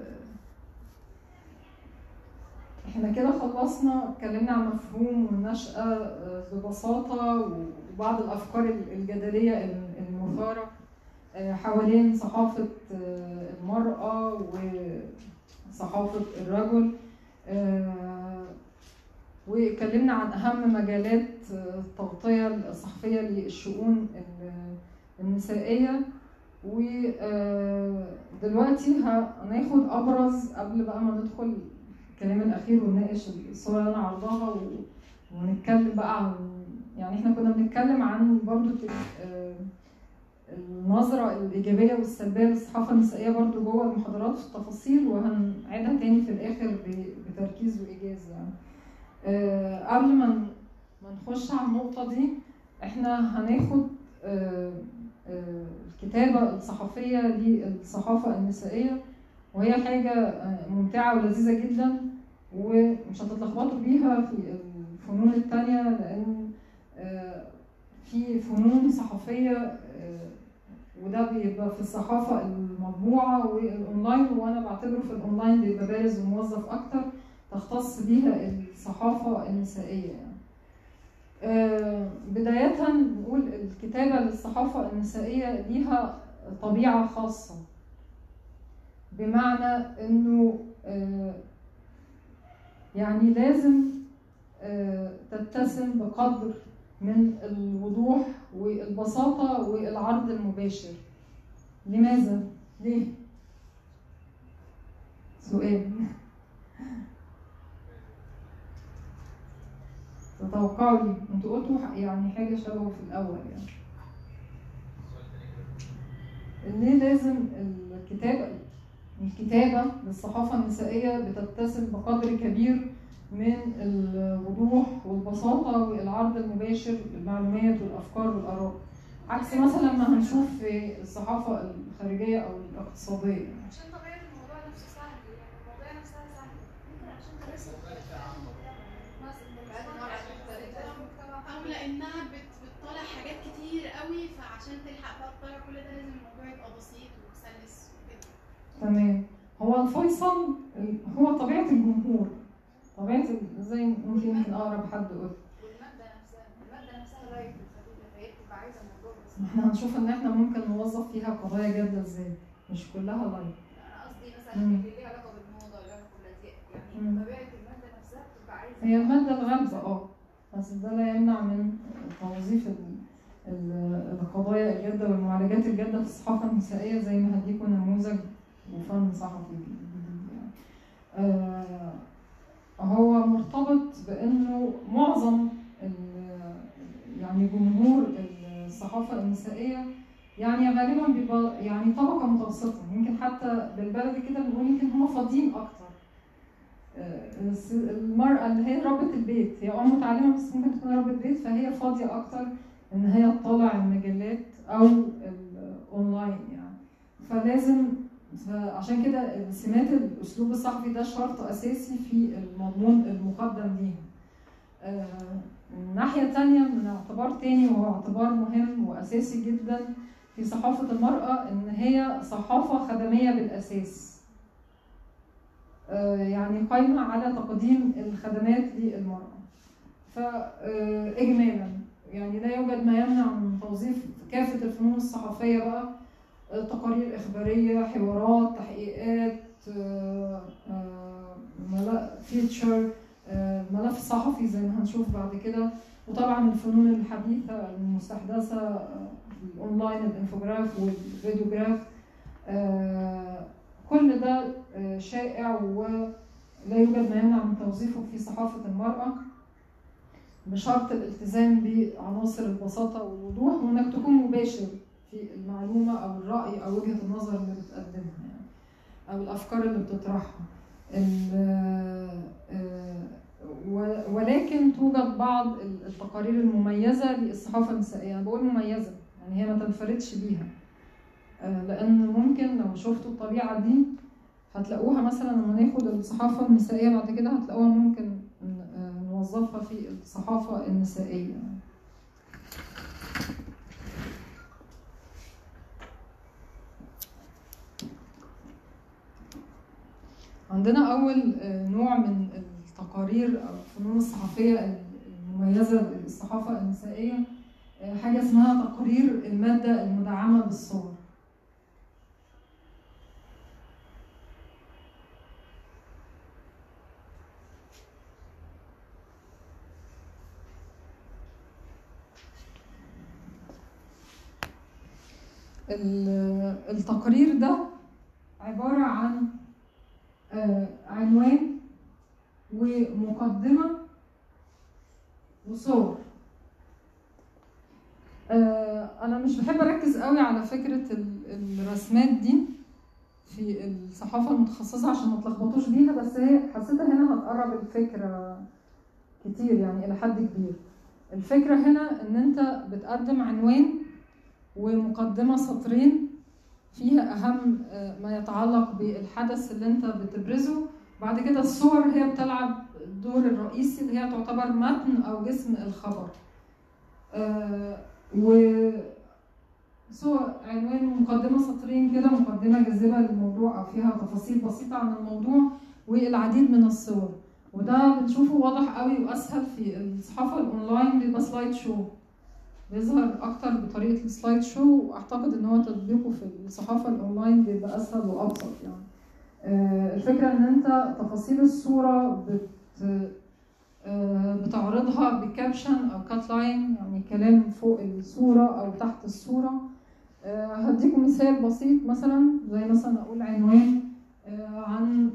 احنا كده خلصنا، اتكلمنا عن مفهوم والنشأة ببساطة وبعض الأفكار الجدلية المثارة حوالين صحافة المرأة وصحافة الرجل، واتكلمنا عن أهم مجالات التغطية الصحفية للشؤون النسائية. ودلوقتي هناخد أبرز، قبل بقى ما ندخل الكلام الأخير ونناقش الصورة اللي أنا عرضاها ونتكلم بقى عن، يعني إحنا كنا بنتكلم عن برضو النظرة الإيجابية والسلبية للصحافة النسائية برضو جوه المحاضرات في التفاصيل، وهنعيدها تاني في الآخر بتركيز وإيجاز يعني. قبل ما نخش على النقطة دي، إحنا هناخد الكتابة الصحفية للصحافة النسائية، وهي حاجة ممتعة ولذيذة جدا، ومش هتتلخبطوا بيها في الفنون التانية، لأن في فنون صحفية وده بيبقى في الصحافة المطبوعة والأونلاين، وأنا بعتبره في الأونلاين بيبقى بارز وموظف أكتر، تختص بيها الصحافة النسائية يعني. بداية نقول الكتابة للصحافة النسائية ليها طبيعة خاصة، بمعنى انه يعني لازم تتسم بقدر من الوضوح والبساطة والعرض المباشر. لماذا؟ ليه؟ سؤال. تتوقعوا لي؟ انتوا قلتوا يعني حاجة شبهه في الأول يعني. ليه لازم الكتابة الكتابة للصحافة النسائية بتتسم بقدر كبير من الوضوح والبساطة والعرض المباشر للمعلومات والأفكار والآراء، عكس مثلا ما هنشوف في الصحافة الخارجية أو الاقتصادية؟ عشان طبيعة الموضوع نفسه سهل، يعني المواضيع نفسها سهلة، ممكن عشان دراسة أو لأنها بتطلع حاجات كتير قوي، فعشان تلحق بقى تطلع كل ده لازم الموضوع يبقى بسيط وسلس وكده. تمام. هو الفيصل هو طبيعة الجمهور، طبيعة زي انت يمكن أقرب حد قلت. والمادة نفسها، المادة نفسها لايت وخفيفة، فهي بتبقى عايزة الموضوع بسيط. احنا هنشوف إن احنا ممكن نوظف فيها قضايا جادة ازاي، مش كلها لايت. أنا قصدي مثلا اللي ليها علاقة بالموضة، ليها علاقة بالأزياء، يعني مم. طبيعة المادة نفسها بتبقى عايزة. هي المادة الغالبة اه، بس ده لا يمنع من توظيف القضايا الجادة والمعالجات الجادة في الصحافة النسائية، زي ما هديكم نموذج وفن صحفي جديد يعني. آه هو مرتبط بأنه معظم يعني جمهور الصحافة النسائية يعني غالبا بيبقى يعني طبقة متوسطة، يمكن حتى بالبلدي كده بنقول يمكن هم فاضيين أكتر. المرأة اللي هي ربة البيت، هي اه متعلمة بس ممكن تكون ربة بيت، فهي فاضية أكتر إن هي تطلع المجلات أو الأونلاين يعني. فلازم، فعشان كده سمات الأسلوب الصحفي ده شرط أساسي في المضمون المقدم ليها. من ناحية تانية، من اعتبار تاني وهو اعتبار مهم وأساسي جدا في صحافة المرأة إن هي صحافة خدمية بالأساس، يعني قايمة على تقديم الخدمات للمرأة. فإجمالا يعني لا يوجد ما يمنع من توظيف كافة الفنون الصحفية بقى، تقارير إخبارية، حوارات، تحقيقات، فيتشر، ملف صحفي زي ما هنشوف بعد كده، وطبعا الفنون الحديثة المستحدثة الأونلاين، الانفوجراف والفيديوجراف، كل ده شائع ولا يوجد ما يمنع من توظيفه في صحافة المرأة، بشرط الالتزام بعناصر البساطة والوضوح، وإنك تكون مباشر في المعلومة أو الرأي أو وجهة النظر اللي بتقدمها يعني، أو الأفكار اللي بتطرحها. ولكن توجد بعض التقارير المميزة للصحافة النسائية، أنا بقول مميزة يعني هي ما تنفردش بيها، لأن ممكن لو شفتوا الطبيعة دي هتلاقوها مثلا لما ناخد الصحافة النسائية بعد كده هتلاقوها ممكن نوظفها في الصحافة النسائية. عندنا أول نوع من التقارير أو الفنون الصحفية المميزة للصحافة النسائية حاجة اسمها تقرير المادة المدعمة بالصور. التقرير ده عبارة عن عنوان ومقدمة وصور. أنا مش بحب أركز قوي على فكرة الرسمات دي في الصحافة المتخصصة عشان ما تلخبطوش بيها، بس هي حسيتها هنا هتقرب الفكرة كتير يعني إلى حد كبير. الفكرة هنا إن أنت بتقدم عنوان ومقدمة سطرين فيها أهم ما يتعلق بالحدث اللي أنت بتبرزه، بعد كده الصور هي بتلعب الدور الرئيسي اللي هي تعتبر متن أو جسم الخبر. و صور عنوان ومقدمة سطرين كده، مقدمة جاذبة للموضوع أو فيها تفاصيل بسيطة عن الموضوع، والعديد من الصور. وده بنشوفه واضح قوي وأسهل في الصحافة الأونلاين، بيبقى سلايد شو، بيظهر أكتر بطريقة السلايد شو، وأعتقد إن هو تطبيقه في الصحافة الأونلاين بيبقى أسهل وأبسط يعني. الفكرة إن أنت تفاصيل الصورة بت بتعرضها بكابشن أو كات لاين، يعني كلام فوق الصورة أو تحت الصورة. هديكم مثال بسيط، مثلا زي مثلا أقول عنوان عن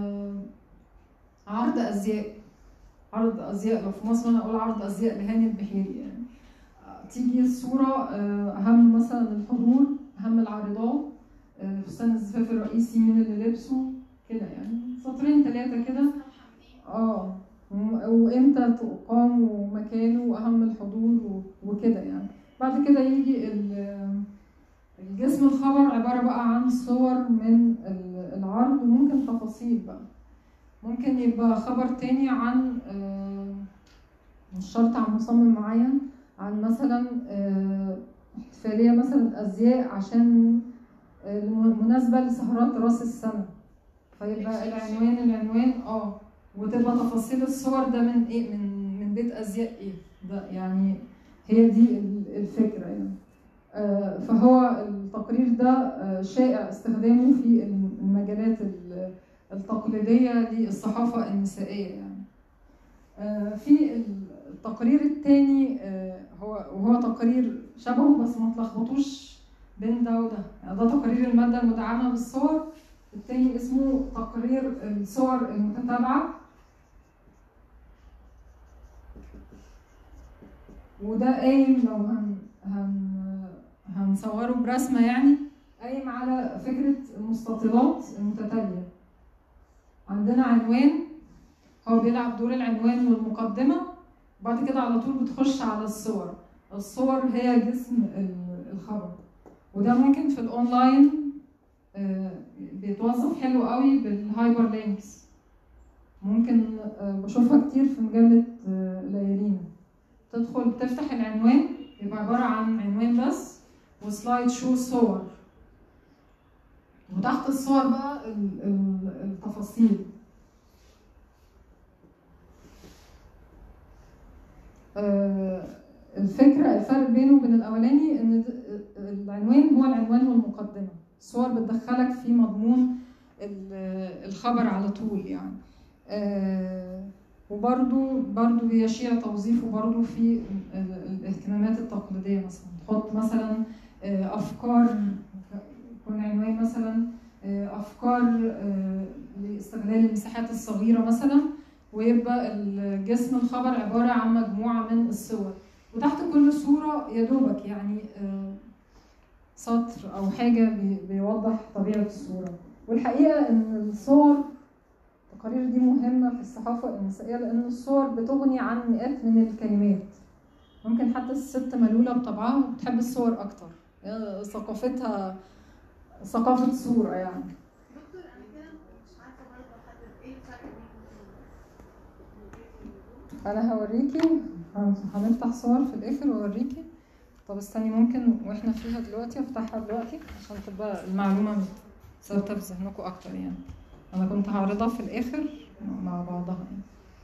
عرض أزياء، عرض أزياء لو في مصر أنا أقول عرض أزياء لهاني البحيري يعني. تيجي الصورة أهم مثلا الحضور، أهم العارضات، فستان الزفاف الرئيسي مين اللي لبسه كده يعني، سطرين ثلاثة كده. اه وامتى تقام ومكانه واهم الحضور وكده يعني. بعد كده يجي الجسم الخبر، عبارة بقى عن صور من العرض وممكن تفاصيل بقى، ممكن يبقى خبر تاني عن مش شرط عن مصمم معين، عن مثلا احتفالية مثلا أزياء عشان مناسبة لسهرات راس السنة، فيبقى العنوان العنوان اه وتبقى تفاصيل الصور ده من ايه، من من بيت ازياء ايه ده يعني. هي دي الفكره يعني. آه فهو التقرير ده آه شائع استخدامه في المجالات التقليديه للصحافه النسائيه يعني. آه في التقرير الثاني آه هو وهو تقرير شبهه بس ما تلخبطوش بين ده وده يعني، ده تقرير الماده المدعمه بالصور، الثاني اسمه تقرير الصور المتتابعه، وده قايم لو هن هن هنصوره برسمه يعني، قايم على فكره المستطيلات المتتاليه. عندنا عنوان هو بيلعب دور العنوان والمقدمه، وبعد كده على طول بتخش على الصور. الصور هي جسم الخبر، وده ممكن في الاونلاين بيتوظف حلو قوي بالهايبر لينكس، ممكن بشوفها كتير في مجله ليالينا. تدخل تفتح العنوان يبقى عباره عن عنوان بس، وسلايد شو صور، وتحت الصور بقى ال- ال- التفاصيل. آه، الفكرة الفرق بينه وبين الأولاني إن د- العنوان هو العنوان والمقدمة، الصور بتدخلك في مضمون ال- الخبر على طول يعني. آه، وبرضو برضو بيشيع توظيفه برضو في ال- الاهتمامات التقليدية، مثلا تحط مثلا آه، أفكار، يكون عنوان مثلا آه، أفكار آه، لاستغلال المساحات الصغيرة مثلا، ويبقى الجسم الخبر عبارة عن مجموعة من الصور، وتحت كل صورة يا دوبك يعني آه، سطر أو حاجة بي- بيوضح طبيعة الصورة. والحقيقة إن الصور التقارير دي مهمة في الصحافة النسائية، لأن الصور بتغني عن مئات من الكلمات. ممكن حتى الست ملولة بطبعها بتحب الصور أكتر، يعني ثقافتها ثقافة صورة يعني. دكتور انا كده مش عارفه برضه احدد ايه الفرق بين أنا هوريكي، هنفتح صور في الآخر وأوريكي. طب استني، ممكن واحنا فيها دلوقتي افتحها دلوقتي عشان تبقى المعلومة ثابتة في ذهنكم أكتر يعني. أنا كنت هعرضها في الآخر مع بعضها يعني.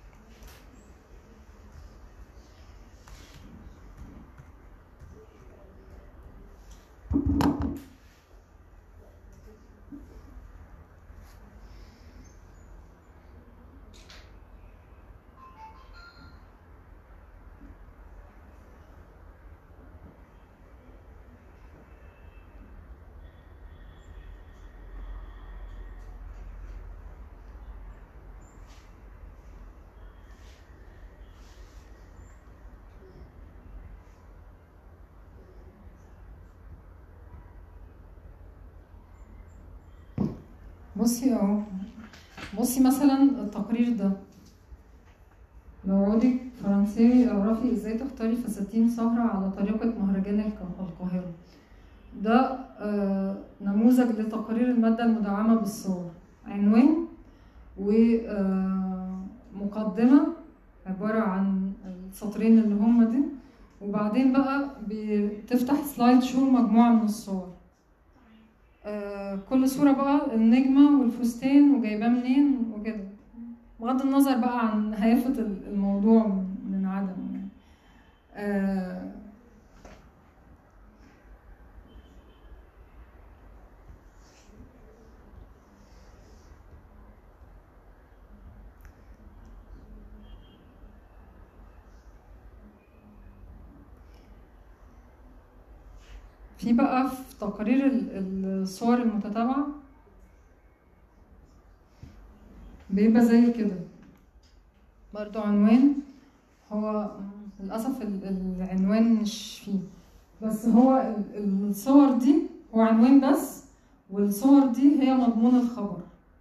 بصي اهو، بصي مثلا التقرير ده، لو عودك فرنساوي اعرفي ازاي تختاري فساتين سهرة على طريقة مهرجان الق- القاهرة. ده آه نموذج لتقرير المادة المدعمة بالصور، عنوان ومقدمة عبارة عن السطرين اللي هم دي، وبعدين بقى بتفتح سلايد شو مجموعة من الصور. آه كل صورة بقى النجمة والفستان وجايباه منين وكده، بغض النظر بقى عن هيافة الموضوع من عدم يعني. آه في بقى في تقارير الصور المتتابعة بيبقى زي كده برضو عنوان، هو للأسف العنوان مش فيه، بس هو الصور دي هو عنوان بس، والصور دي هي مضمون الخبر،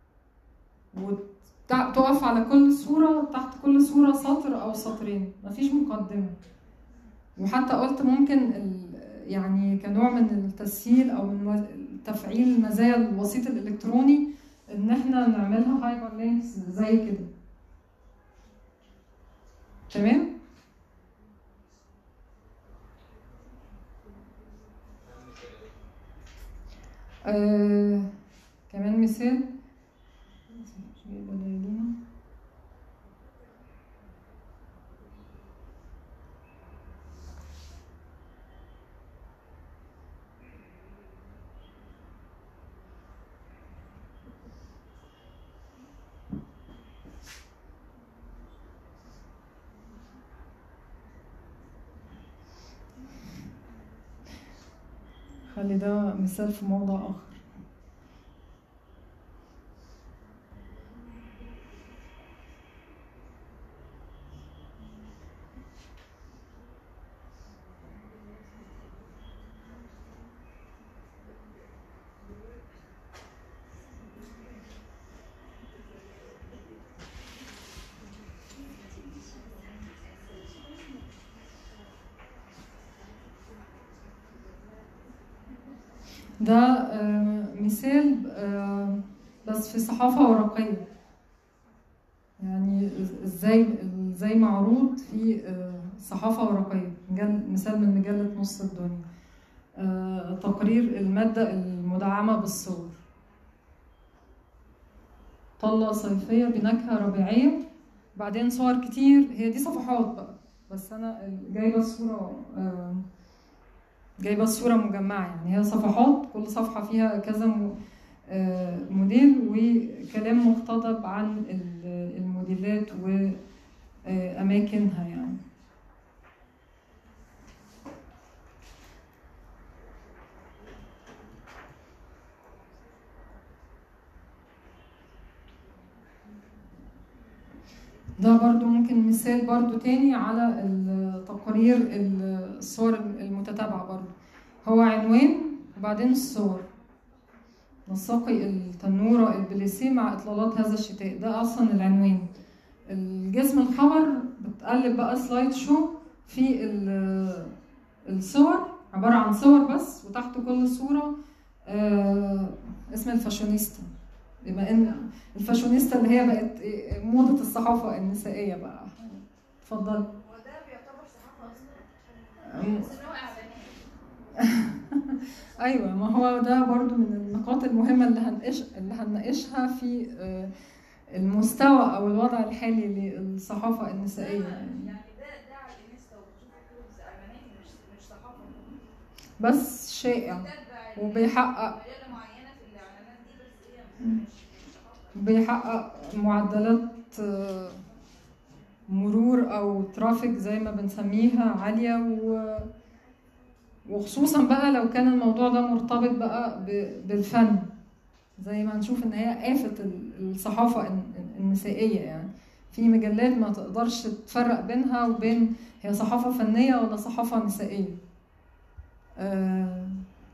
وتقف على كل صورة، تحت كل صورة سطر أو سطرين، مفيش مقدمة. وحتى قلت ممكن يعني كنوع من التسهيل أو من تفعيل مزايا الوسيط الإلكتروني إن إحنا نعملها هايبر لينكس زي كده. تمام؟ آه، كمان مثال مش جايبة ليالينا. خلي ده مثال في موضع آخر. ده آه مثال آه بس في صحافة ورقية، يعني ازاي ازاي معروض في آه صحافة ورقية، مثال من مجلة نص الدنيا. آه، تقرير المادة المدعمة بالصور. طلة صيفية بنكهة ربيعية، بعدين صور كتير. هي دي صفحات بقى، بس أنا جايبة الصورة آه، جايبة الصورة مجمعة، يعني هي صفحات كل صفحة فيها كذا موديل وكلام مقتضب عن الموديلات وأماكنها يعني. ده برضو ممكن مثال برضو تاني على التقارير الصور المتتابعة. برضو هو عنوان وبعدين الصور. نساقي التنورة البليسيه مع إطلالات هذا الشتاء، ده أصلا العنوان. الجسم الخبر بتقلب بقى سلايد شو في الصور، عبارة عن صور بس، وتحت كل صورة آه اسم الفاشونيستا، بما ان الفاشونيستا اللي هي بقت موضة الصحافة النسائية بقى. اتفضل. هو ده بيعتبر صحافة أصلا؟ بس إن هو إعلانات. ايوه، ما هو ده برضو من النقاط المهمة اللي هنقش اللي هنناقشها في المستوى او الوضع الحالي للصحافة النسائية. يعني ده ده على الانستا وبتشوف إعلانات، مش مش صحافة بس شائع وبيحقق معينة في الإعلانات دي، بس هي مش بيحقق معدلات مرور او ترافيك زي ما بنسميها عاليه، وخصوصا بقى لو كان الموضوع ده مرتبط بقى بالفن، زي ما هنشوف ان هي آفة الصحافه النسائيه. يعني في مجلات ما تقدرش تفرق بينها وبين هي صحافه فنيه ولا صحافه نسائيه. آه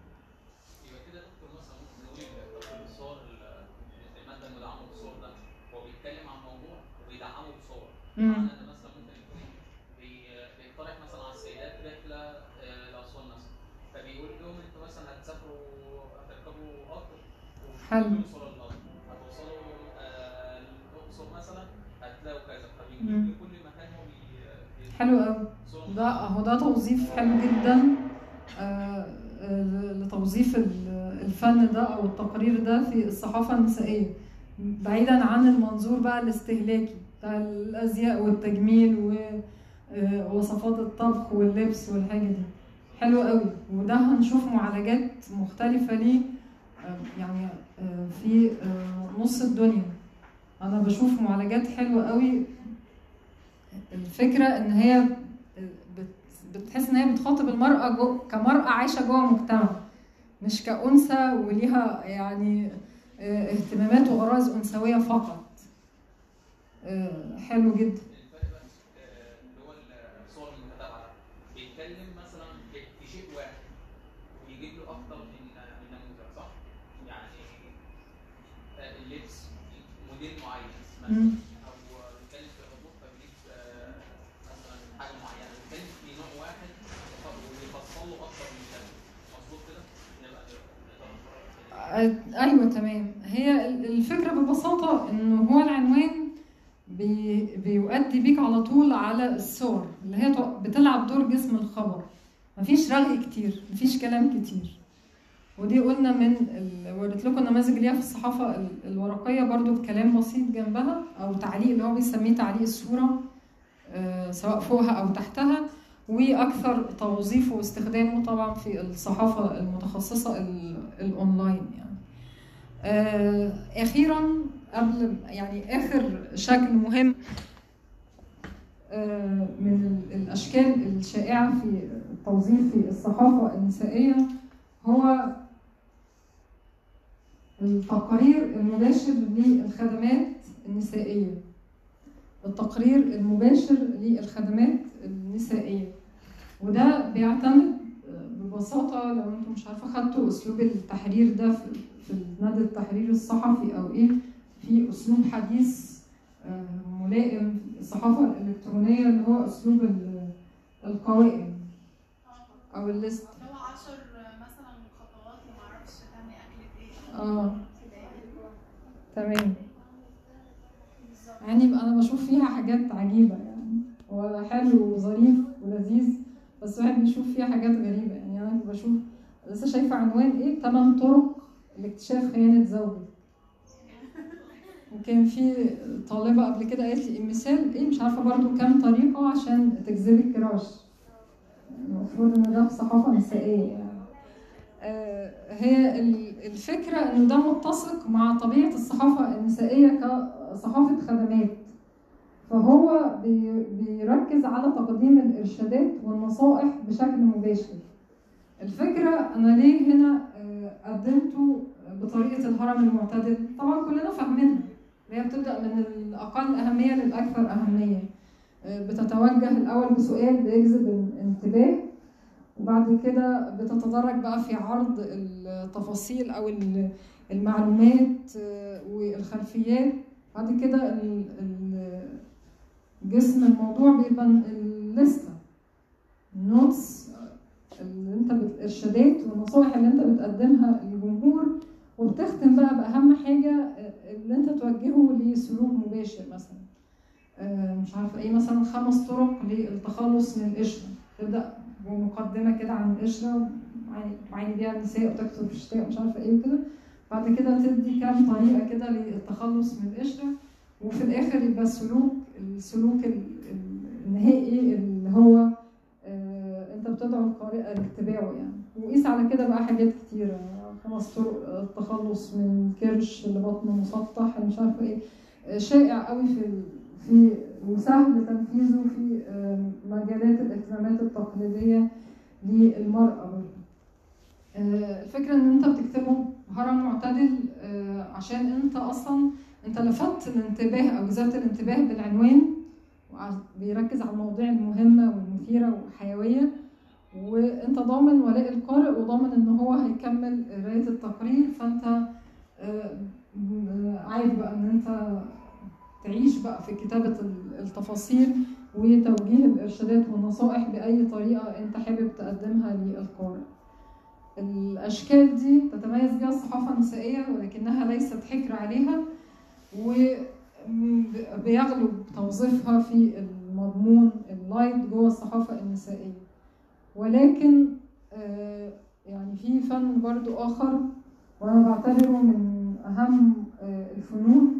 معنى ان مثلا ممكن يكون بيقترح مثلا على السيدات رحله لاسوان مثلا، فبيقول لهم انتوا مثلا هتسافروا هتركبوا قطر وتوصلوا للقطر، هتوصلوا الاقصر مثلا هتلاقوا كذا، فبيجيب لكل مكان هو حلو قوي. ده اهو ده توظيف حلو جدا آه لتوظيف الفن ده او التقرير ده في الصحافه النسائيه، بعيدا عن المنظور بقى الاستهلاكي بتاع الازياء والتجميل ووصفات الطبخ واللبس والحاجه دي. حلو قوي. وده هنشوف معالجات مختلفه ليه يعني في نص الدنيا. انا بشوف معالجات حلوه قوي. الفكره ان هي بتحس ان هي بتخاطب المراه جو كمراه عايشه جوه مجتمع، مش كأنثى وليها يعني اهتمامات وغرائز انثويه فقط. حلو جدا. الفرق بس اللي هو الصور المتتابعه بيتكلم مثلا في شيء واحد ويجيب له اكتر من من نموذج، صح؟ يعني اللبس موديل معين مثلا، او بيتكلم في الربوط فبيجيب مثلا حاجه معينه، بيتكلم في نوع واحد وبيفصل له اكتر من كده. مظبوط كده؟ ايوه تمام. هي الفكره ببساطه انه هو العنوان بي بيؤدي بيك على طول على الصور اللي هي بتلعب دور جسم الخبر. مفيش رغي كتير، مفيش كلام كتير. ودي قلنا من وريت لكم نماذج ليها في الصحافه الورقيه برضو بكلام بسيط جنبها، او تعليق اللي هو بيسميه تعليق الصوره سواء فوقها او تحتها. واكثر توظيفه واستخدامه طبعا في الصحافه المتخصصه الاونلاين. يعني اخيرا قبل يعني اخر شكل مهم من الاشكال الشائعه في التوظيف في الصحافه النسائيه هو التقرير المباشر للخدمات النسائيه. التقرير المباشر للخدمات النسائيه، وده بيعتمد ببساطه، لو انتم مش عارفه خدتوا اسلوب التحرير ده في نادي التحرير الصحفي او ايه، في اسلوب حديث ملائم الصحافه الالكترونيه اللي هو اسلوب القوائم او الليست. اللي هو عشر مثلا خطوات وما اعرفش تعملي اكله ايه. اه تمام. يعني انا بشوف فيها حاجات عجيبه، يعني هو حلو وظريف ولذيذ، بس واحد بيشوف فيها حاجات غريبه. يعني انا بشوف لسه شايفه عنوان ايه؟ ثمان طرق لاكتشاف خيانه زوجك. وكان في طالبه قبل كده قالت لي المثال ايه، مش عارفه برضو كام طريقه عشان تجذبي الكراش. المفروض ان ده في صحافه نسائيه يعني. آه هي الفكره انه ده متسق مع طبيعه الصحافه النسائيه كصحافه خدمات. فهو بيركز على تقديم الارشادات والنصائح بشكل مباشر. الفكره انا ليه هنا قدمته بطريقه الهرم المعتدل؟ طبعا كلنا فاهمينها، هي بتبدا من الاقل اهميه للاكثر اهميه. بتتوجه الاول بسؤال بيجذب الانتباه، وبعد كده بتتدرج بقى في عرض التفاصيل او المعلومات والخلفيات. بعد كده جسم الموضوع بيبقى الليسته، النوتس اللي انت الارشادات والنصائح اللي انت بتقدمها للجمهور، وبتختم بقى باهم حاجه اللي انت توجهه لسلوك مباشر. مثلا مش عارفه ايه، مثلا خمس طرق للتخلص من القشره، تبدا بمقدمه كده عن القشره وعين بيها النساء وتكثر في الشتاء مش عارفه ايه وكده. بعد كده تدي كام طريقه كده للتخلص من القشره، وفي الاخر يبقى السلوك السلوك النهائي اللي هو انت بتدعو القارئه لاتباعه يعني. وقيس على كده بقى حاجات كتيره، خمس طرق التخلص من الكرش اللي بطنه مسطح مش عارفه ايه، شائع قوي في في وسهل تنفيذه في مجالات الاهتمامات التقليديه للمراه برضه. الفكره ان انت بتكتبه هرم معتدل عشان انت اصلا انت لفتت الانتباه او جذبت الانتباه بالعنوان، بيركز على المواضيع المهمه والمثيره وحيويه، وانت ضامن ولاء القارئ وضامن ان هو هيكمل قرايه التقرير. فانت عايز بقى ان انت تعيش بقى في كتابه التفاصيل وتوجيه الارشادات والنصائح باي طريقه انت حابب تقدمها للقارئ. الاشكال دي تتميز بها الصحافه النسائيه ولكنها ليست حكر عليها، وبيغلب توظيفها في المضمون اللايت جوه الصحافه النسائيه. ولكن يعني في فن برضو اخر وانا بعتبره من اهم الفنون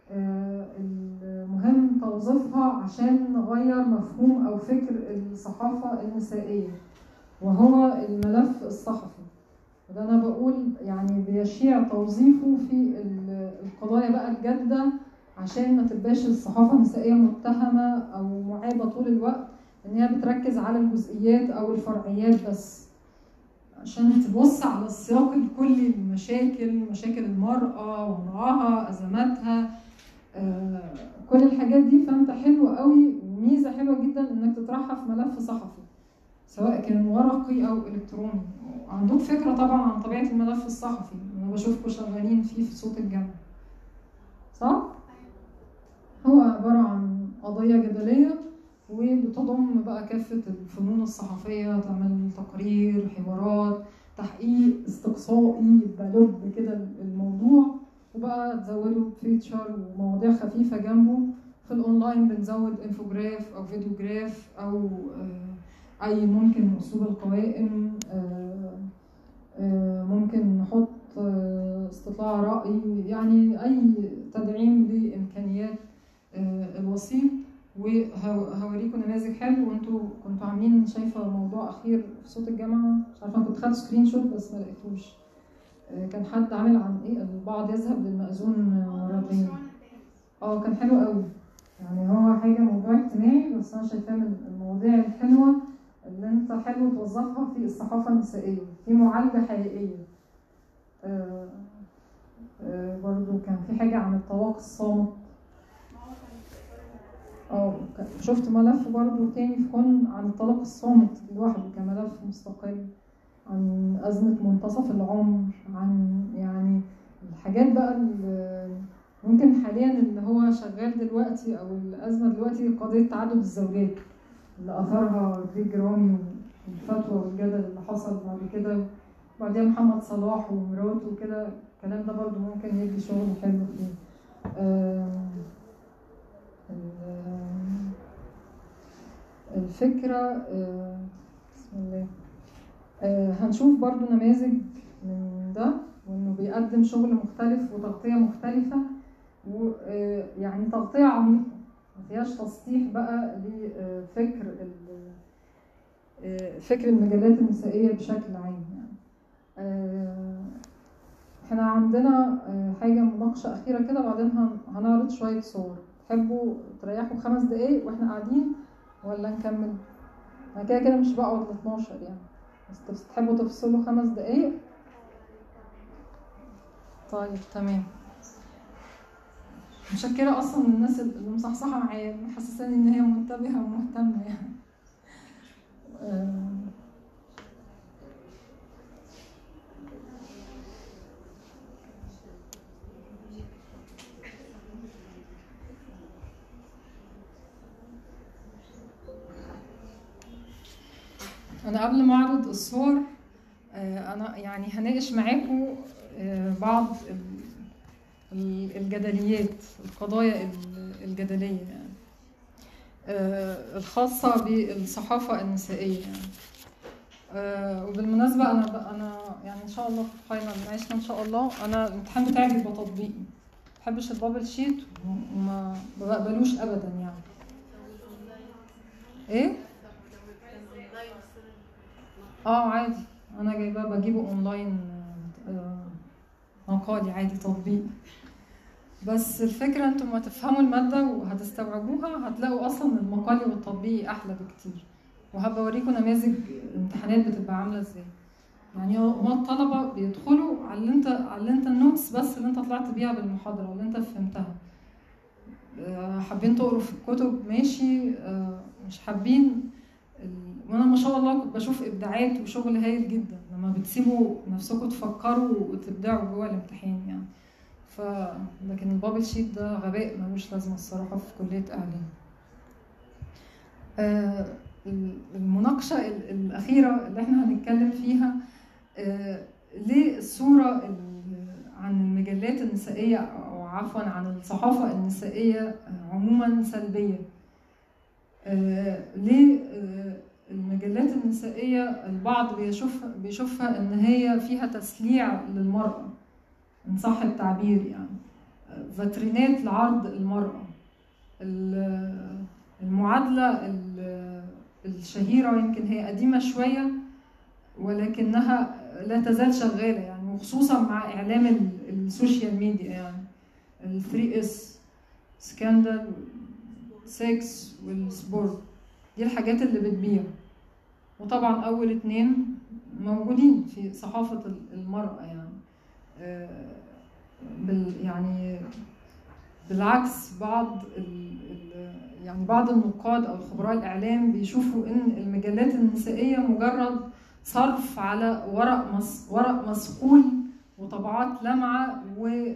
المهم توظيفها عشان نغير مفهوم او فكر الصحافه النسائيه، وهو الملف الصحفي. وده انا بقول يعني بيشيع توظيفه في القضايا بقى الجاده، عشان ما تبقاش الصحافه النسائيه متهمه او معابه طول الوقت ان هي بتركز على الجزئيات او الفرعيات بس، عشان تبص على السياق الكلي للمشاكل، مشاكل المراه ووضعها، ازماتها، آه كل الحاجات دي. فانت حلو قوي وميزه حلوه جدا انك تطرحها في ملف صحفي سواء كان ورقي او الكتروني. عندك فكره طبعا عن طبيعه الملف الصحفي، انا بشوفكم شغالين فيه في صوت الجامعه صح؟ هو عباره عن قضيه جدليه وبتضم بقى كافه الفنون الصحفيه، تعمل تقرير، حوارات، تحقيق استقصائي، يبقى لب كده الموضوع، وبقى تزودوا فيتشر ومواضيع خفيفه جنبه. في الاونلاين بنزود انفوجراف او فيديوجراف او آه اي ممكن اصول القوائم، ممكن نحط استطلاع راي، يعني اي تدعيم لامكانيات الوسيط. وهوريكم نماذج حلو. وانتوا كنتوا عاملين شايفه موضوع اخير في صوت الجامعه، مش عارفه كنت خدت سكرين شوت بس ما لقيتوش، كان حد عامل عن ايه البعض يذهب للمأذون مرتين. اه كان حلو قوي، يعني هو حاجه موضوع اجتماعي بس انا شايفاه من المواضيع الحلوه اللي انت حلو توظفها في الصحافه النسائيه في معالجه حقيقيه. آه آه برضو كان في حاجه عن الطلاق الصامت. اه شفت ملف برضو تاني في كون عن الطلاق الصامت لوحده كملف مستقل، عن ازمه منتصف العمر، عن يعني الحاجات بقى اللي ممكن حاليا اللي هو شغال دلوقتي او الازمه دلوقتي قضيه تعدد الزوجات اللي اثرها رفيق رامي والفتوى والجدل اللي حصل بعد كده، وبعدين محمد صلاح ومراته وكده. الكلام ده برضو ممكن يدي شغل حلو فيه. الفكره بسم الله آه هنشوف برضو نماذج من ده، وانه بيقدم شغل مختلف وتغطية مختلفة، ويعني تغطية عميقة ما فيهاش تسطيح بقى لفكر فكر المجالات النسائية بشكل عام يعني. احنا عندنا حاجة مناقشة أخيرة كده، بعدين هنعرض شوية صور. تحبوا تريحوا خمس دقايق واحنا قاعدين ولا نكمل؟ انا كده كده مش بقعد ل اتناشر يعني، بس تحبوا تفصلوا خمس دقايق؟ طيب تمام. متشكرة أصلا الناس اللي مصحصحة معايا، محسساني إن هي منتبهة ومهتمة يعني. أنا قبل ما أعرض الصور أنا يعني هناقش معاكم بعض الجدليات، القضايا الجدلية يعني الخاصة بالصحافة النسائية يعني. وبالمناسبة أنا أنا يعني إن شاء الله في الفاينل نعيشنا إن شاء الله. أنا الامتحان بتاعي بيبقى تطبيقي، ما بحبش البابل شيت وما بقبلوش أبدا يعني. إيه؟ اه عادي، انا جايباه بجيبه اونلاين مقالي عادي تطبيق. بس الفكره انتم ما تفهموا الماده وهتستوعبوها هتلاقوا اصلا المقالي والتطبيقي احلى بكتير، وهبقى اوريكم نماذج امتحانات بتبقى عامله ازاي. يعني هو الطلبه بيدخلوا على اللي انت على اللي انت النوتس بس اللي انت طلعت بيها بالمحاضره واللي انت فهمتها. حابين تقروا في الكتب ماشي، مش حابين. وانا ما شاء الله كنت بشوف ابداعات وشغل هايل جدا لما بتسيبوا نفسكم تفكروا وتبدعوا جوه الامتحان يعني. ف لكن البابل شيت ده غباء ملوش لازمه الصراحه في كليه اعلام. آه المناقشه الاخيره اللي احنا هنتكلم فيها آه ليه الصوره عن المجلات النسائيه او عفوا عن الصحافه النسائيه عموما سلبيه. آه ليه آه المجلات النسائية البعض بيشوف بيشوفها إن هي فيها تسليع للمرأة إن صح التعبير يعني، فاترينات لعرض المرأة. المعادلة الشهيرة يمكن هي قديمة شوية ولكنها لا تزال شغالة يعني، وخصوصا مع إعلام السوشيال ميديا يعني. الثري اس سكاندل سكس والسبورت دي الحاجات اللي بتبيع، وطبعا اول اتنين موجودين في صحافة المرأة يعني. بال يعني بالعكس بعض يعني بعض النقاد او خبراء الاعلام بيشوفوا ان المجلات النسائية مجرد صرف على ورق مس ورق مسقول وطبعات لمعة، و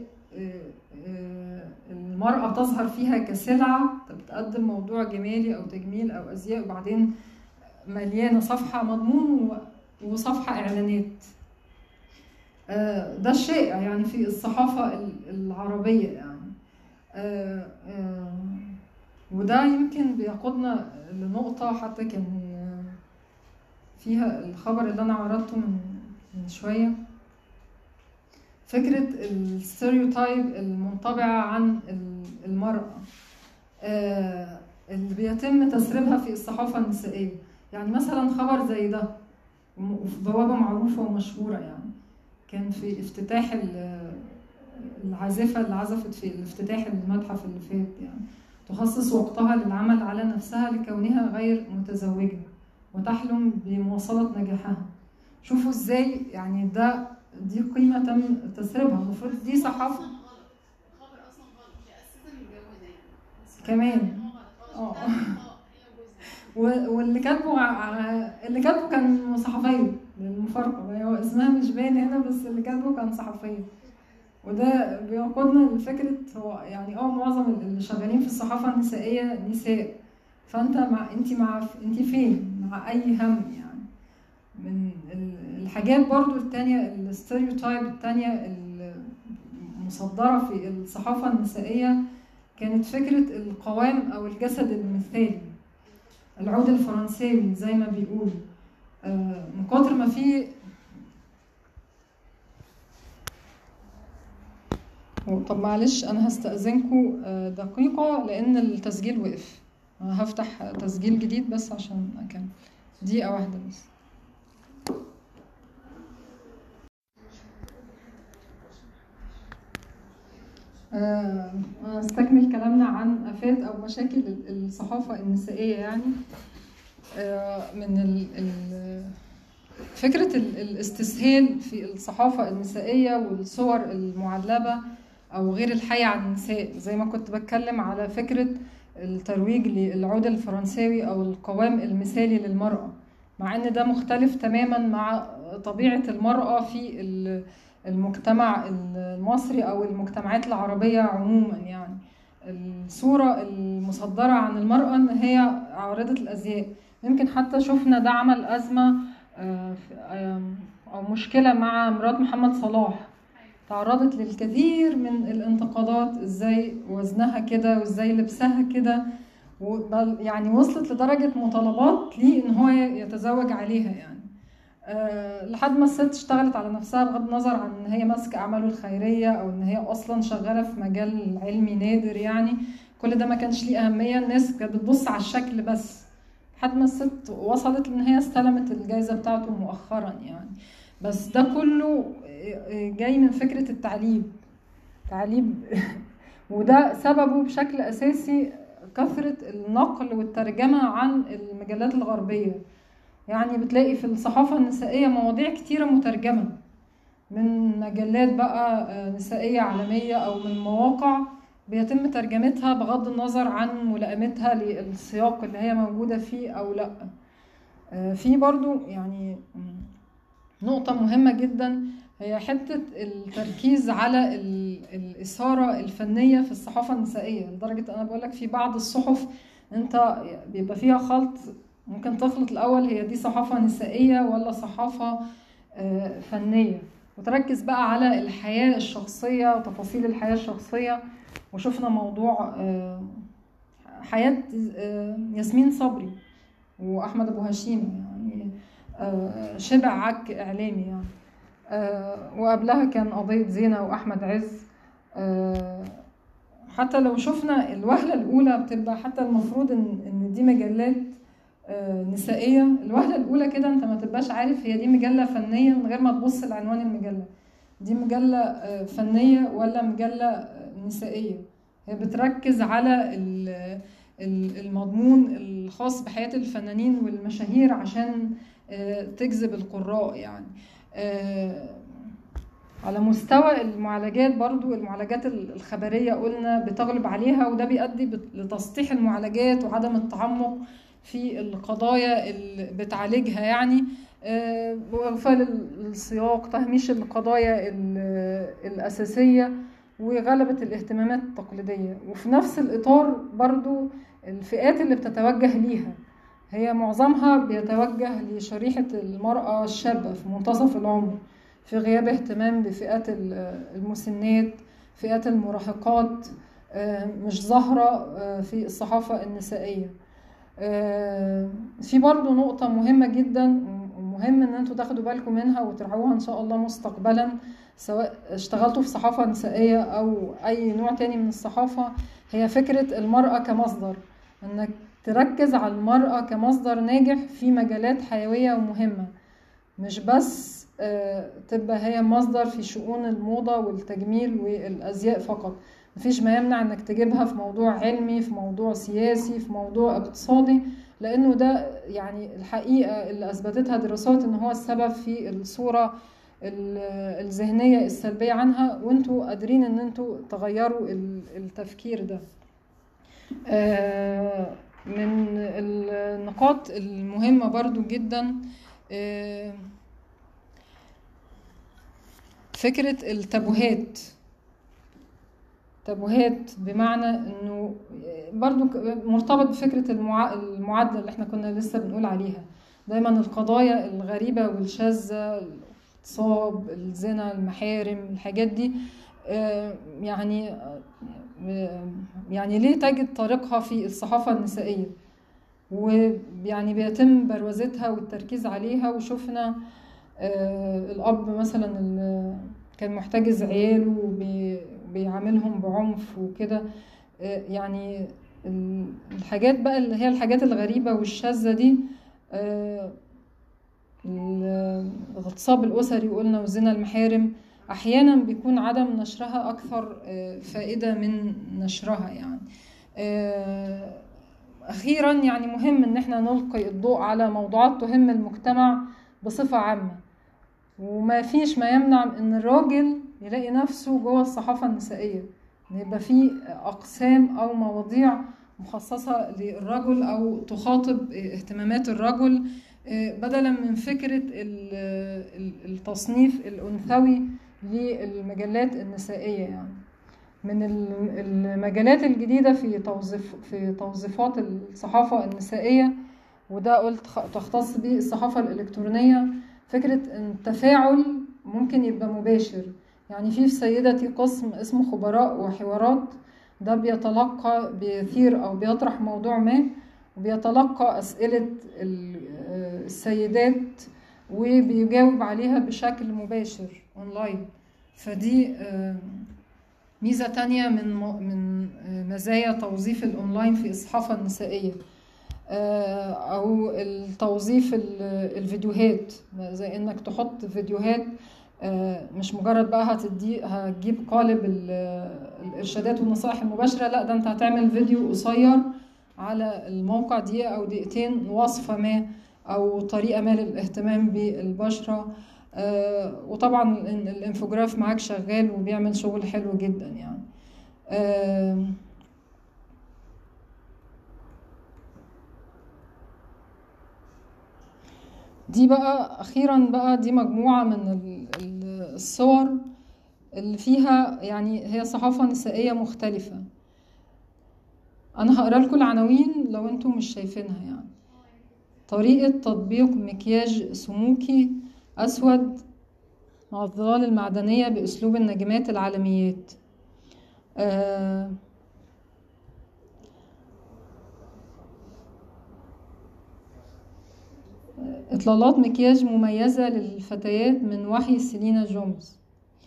المرأة تظهر فيها كسلعة بتقدم موضوع جمالي أو تجميل أو أزياء، وبعدين مليانة صفحة مضمون وصفحة إعلانات. ده الشائع يعني في الصحافة العربية يعني. وده يمكن بيقودنا لنقطة حتى كان فيها الخبر اللي أنا عرضته من شوية، فكرة الستيريوتايب المنطبعة عن المرأة اللي بيتم تسريبها في الصحافة النسائية. يعني مثلا خبر زي ده وفي بوابة معروفة ومشهورة يعني، كان في افتتاح العازفة اللي عزفت في الافتتاح المتحف اللي فات يعني، تخصص وقتها للعمل على نفسها لكونها غير متزوجة وتحلم بمواصلة نجاحها. شوفوا ازاي يعني ده دي قيمة تم تسريبها. المفروض دي صحافة خبر اصلا غلط، هي اساسا متجوزة يعني كمان. اه واللي كاتبه اللي كاتبه كان صحفية للمفارقة، هو اسمها مش باين هنا بس اللي كاتبه كان صحفية. وده بيقودنا لفكرة هو يعني اه معظم اللي شغالين في الصحافة النسائية نساء، فانت مع انت مع انت فين مع اي هم يعني. من الحاجات برضو التانية الستيريوتايب التانية المصدرة في الصحافة النسائية كانت فكرة القوام أو الجسد المثالي، العود الفرنساوي زي ما بيقولوا. من كتر ما في. طب معلش انا هستأذنكم دقيقة لان التسجيل وقف، هفتح تسجيل جديد بس عشان اكمل، دقيقة واحدة بس. هنستكمل كلامنا عن آفات أو مشاكل الصحافة النسائية. يعني من فكرة الاستسهال في الصحافة النسائية والصور المعلبة أو غير الحية عن النساء، زي ما كنت بتكلم على فكرة الترويج للعود الفرنساوي أو القوام المثالي للمرأة، مع أن ده مختلف تماما مع طبيعة المرأة في المجتمع المصري أو المجتمعات العربية عموما. يعني الصورة المصدرة عن المرأة أن هي عارضة الأزياء. يمكن حتى شفنا ده عمل أزمة أو مشكلة مع مرات محمد صلاح، تعرضت للكثير من الانتقادات، ازاي وزنها كده وازاي لبسها كده، يعني وصلت لدرجة مطالبات ليه ان هو يتزوج عليها. يعني أه لحد ما الست اشتغلت على نفسها بغض النظر عن ان هي ماسكه اعماله الخيريه او ان هي اصلا شغاله في مجال علمي نادر. يعني كل ده ما كانش ليه اهميه، الناس كانت بتبص على الشكل بس، لحد ما الست وصلت ان هي استلمت الجائزه بتاعته مؤخرا. يعني بس ده كله جاي من فكره التعليب تعليب وده سببه بشكل اساسي كثره النقل والترجمه عن المجلات الغربيه. يعني بتلاقي في الصحافة النسائية مواضيع كتيرة مترجمة من مجلات بقى نسائية عالمية أو من مواقع بيتم ترجمتها بغض النظر عن ملائمتها للسياق اللي هي موجودة فيه أو لأ. في برضو يعني نقطة مهمة جدا هي حتة التركيز على الإثارة الفنية في الصحافة النسائية، لدرجة أنا بقولك في بعض الصحف أنت بيبقى فيها خلط، ممكن تخلط الأول هي دي صحافة نسائية ولا صحافة فنية، وتركز بقى على الحياة الشخصية وتفاصيل الحياة الشخصية. وشفنا موضوع حياة ياسمين صبري وأحمد أبو هشيم، يعني شبع عك إعلامي يعني. وقبلها كان قضية زينة وأحمد عز. حتى لو شفنا الوهلة الأولى بتبقى حتى المفروض إن دي مجلات نسائية، الوهلة الأولى كده أنت ما تبقاش عارف هي دي مجلة فنية من غير ما تبص لعنوان المجلة، دي مجلة فنية ولا مجلة نسائية. هي بتركز على المضمون الخاص بحياة الفنانين والمشاهير عشان تجذب القراء. يعني على مستوى المعالجات برضو، المعالجات الخبرية قلنا بتغلب عليها، وده بيؤدي لتسطيح المعالجات وعدم التعمق في القضايا اللي بتعالجها. يعني وإغفال السياق، تهميش القضايا الأساسية، وغلبة الاهتمامات التقليدية. وفي نفس الإطار برضو الفئات اللي بتتوجه ليها هي معظمها بيتوجه لشريحة المرأة الشابة في منتصف العمر، في غياب اهتمام بفئات المسنات، فئات المراهقات مش ظاهرة في الصحافة النسائية. في برضو نقطة مهمة جدا ومهم ان انتوا تاخدوا بالكم منها وترعوها ان شاء الله مستقبلا، سواء اشتغلتوا في صحافة نسائية او اي نوع تاني من الصحافة، هي فكرة المرأة كمصدر، انك تركز على المرأة كمصدر ناجح في مجالات حيوية ومهمة، مش بس تبقى هي مصدر في شؤون الموضة والتجميل والأزياء فقط. مفيش ما يمنع انك تجيبها في موضوع علمي، في موضوع سياسي، في موضوع اقتصادي، لانه ده يعني الحقيقة اللي اثبتتها دراسات ان هو السبب في الصورة الذهنية السلبية عنها، وانتوا قادرين ان انتوا تغيروا التفكير ده. من النقاط المهمة برضو جدا فكرة التابوهات. تابوهات بمعنى انه برضو مرتبط بفكرة المعادلة اللي احنا كنا لسه بنقول عليها، دايما القضايا الغريبة والشاذة، الاغتصاب، الزنا، المحارم، الحاجات دي يعني يعني ليه تجد طريقها في الصحافة النسائية؟ ويعني بيتم بروزتها والتركيز عليها. وشفنا آه الأب مثلا اللي كان محتجز عياله وبيعاملهم بعنف وكده. آه يعني الحاجات بقى اللي هي الحاجات الغريبة والشاذة دي، آه الاغتصاب الأسري وقلنا وزنا المحارم، أحيانا بيكون عدم نشرها أكثر آه فائدة من نشرها يعني. آه أخيرا يعني مهم إن احنا نلقي الضوء على موضوعات تهم المجتمع بصفة عامة، وما فيش ما يمنع إن الراجل يلاقي نفسه جوه الصحافة النسائية، إن يبقى فيه أقسام أو مواضيع مخصصة للرجل أو تخاطب اهتمامات الرجل، بدلا من فكرة التصنيف الأنثوي للمجلات النسائية. يعني من المجالات الجديدة في توظيف في توظيفات الصحافة النسائية، وده قلت تختص به الصحافة الإلكترونية، فكرة ان التفاعل ممكن يبقى مباشر. يعني في في سيدتي قسم اسمه خبراء وحوارات، ده بيتلقى بيثير أو بيطرح موضوع ما وبيتلقى أسئلة السيدات وبيجاوب عليها بشكل مباشر أونلاين. فدي ميزة تانية من من مزايا توظيف الأونلاين في الصحافة النسائية. أو التوظيف الفيديوهات، زي إنك تحط فيديوهات مش مجرد بقى هتدي هتجيب قالب الإرشادات والنصائح المباشرة، لا ده أنت هتعمل فيديو قصير على الموقع دقيقة أو دقيقتين، وصفة ما أو طريقة ما للاهتمام بالبشرة. آه وطبعا الانفوجراف معاك شغال وبيعمل شغل حلو جدا يعني. آه دي بقى أخيرا بقى دي مجموعة من الصور اللي فيها يعني هي صحافة نسائية مختلفة. أنا هقرأ لكم العناوين لو أنتم مش شايفينها. يعني طريقة تطبيق مكياج سموكي أسود مع الظلال المعدنية بأسلوب النجمات العالميات. آه إطلالات مكياج مميزة للفتيات من وحي سيلينا جومز.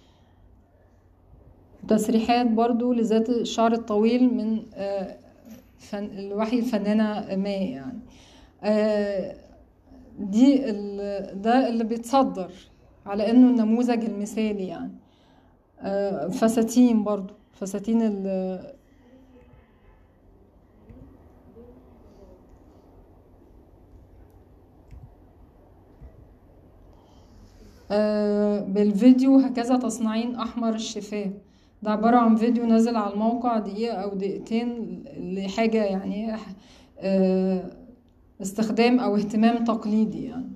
تسريحات برضو لذات الشعر الطويل من آه فن الوحي الفنانة ما يعني. آه دي ده اللي بيتصدر على انه النموذج المثالي يعني. آه فساتين برضو فساتين ال آه بالفيديو هكذا تصنعين احمر الشفاه. ده عبارة عن فيديو نازل على الموقع دقيقة او دقيقتين لحاجة يعني آه استخدام او اهتمام تقليدي يعني.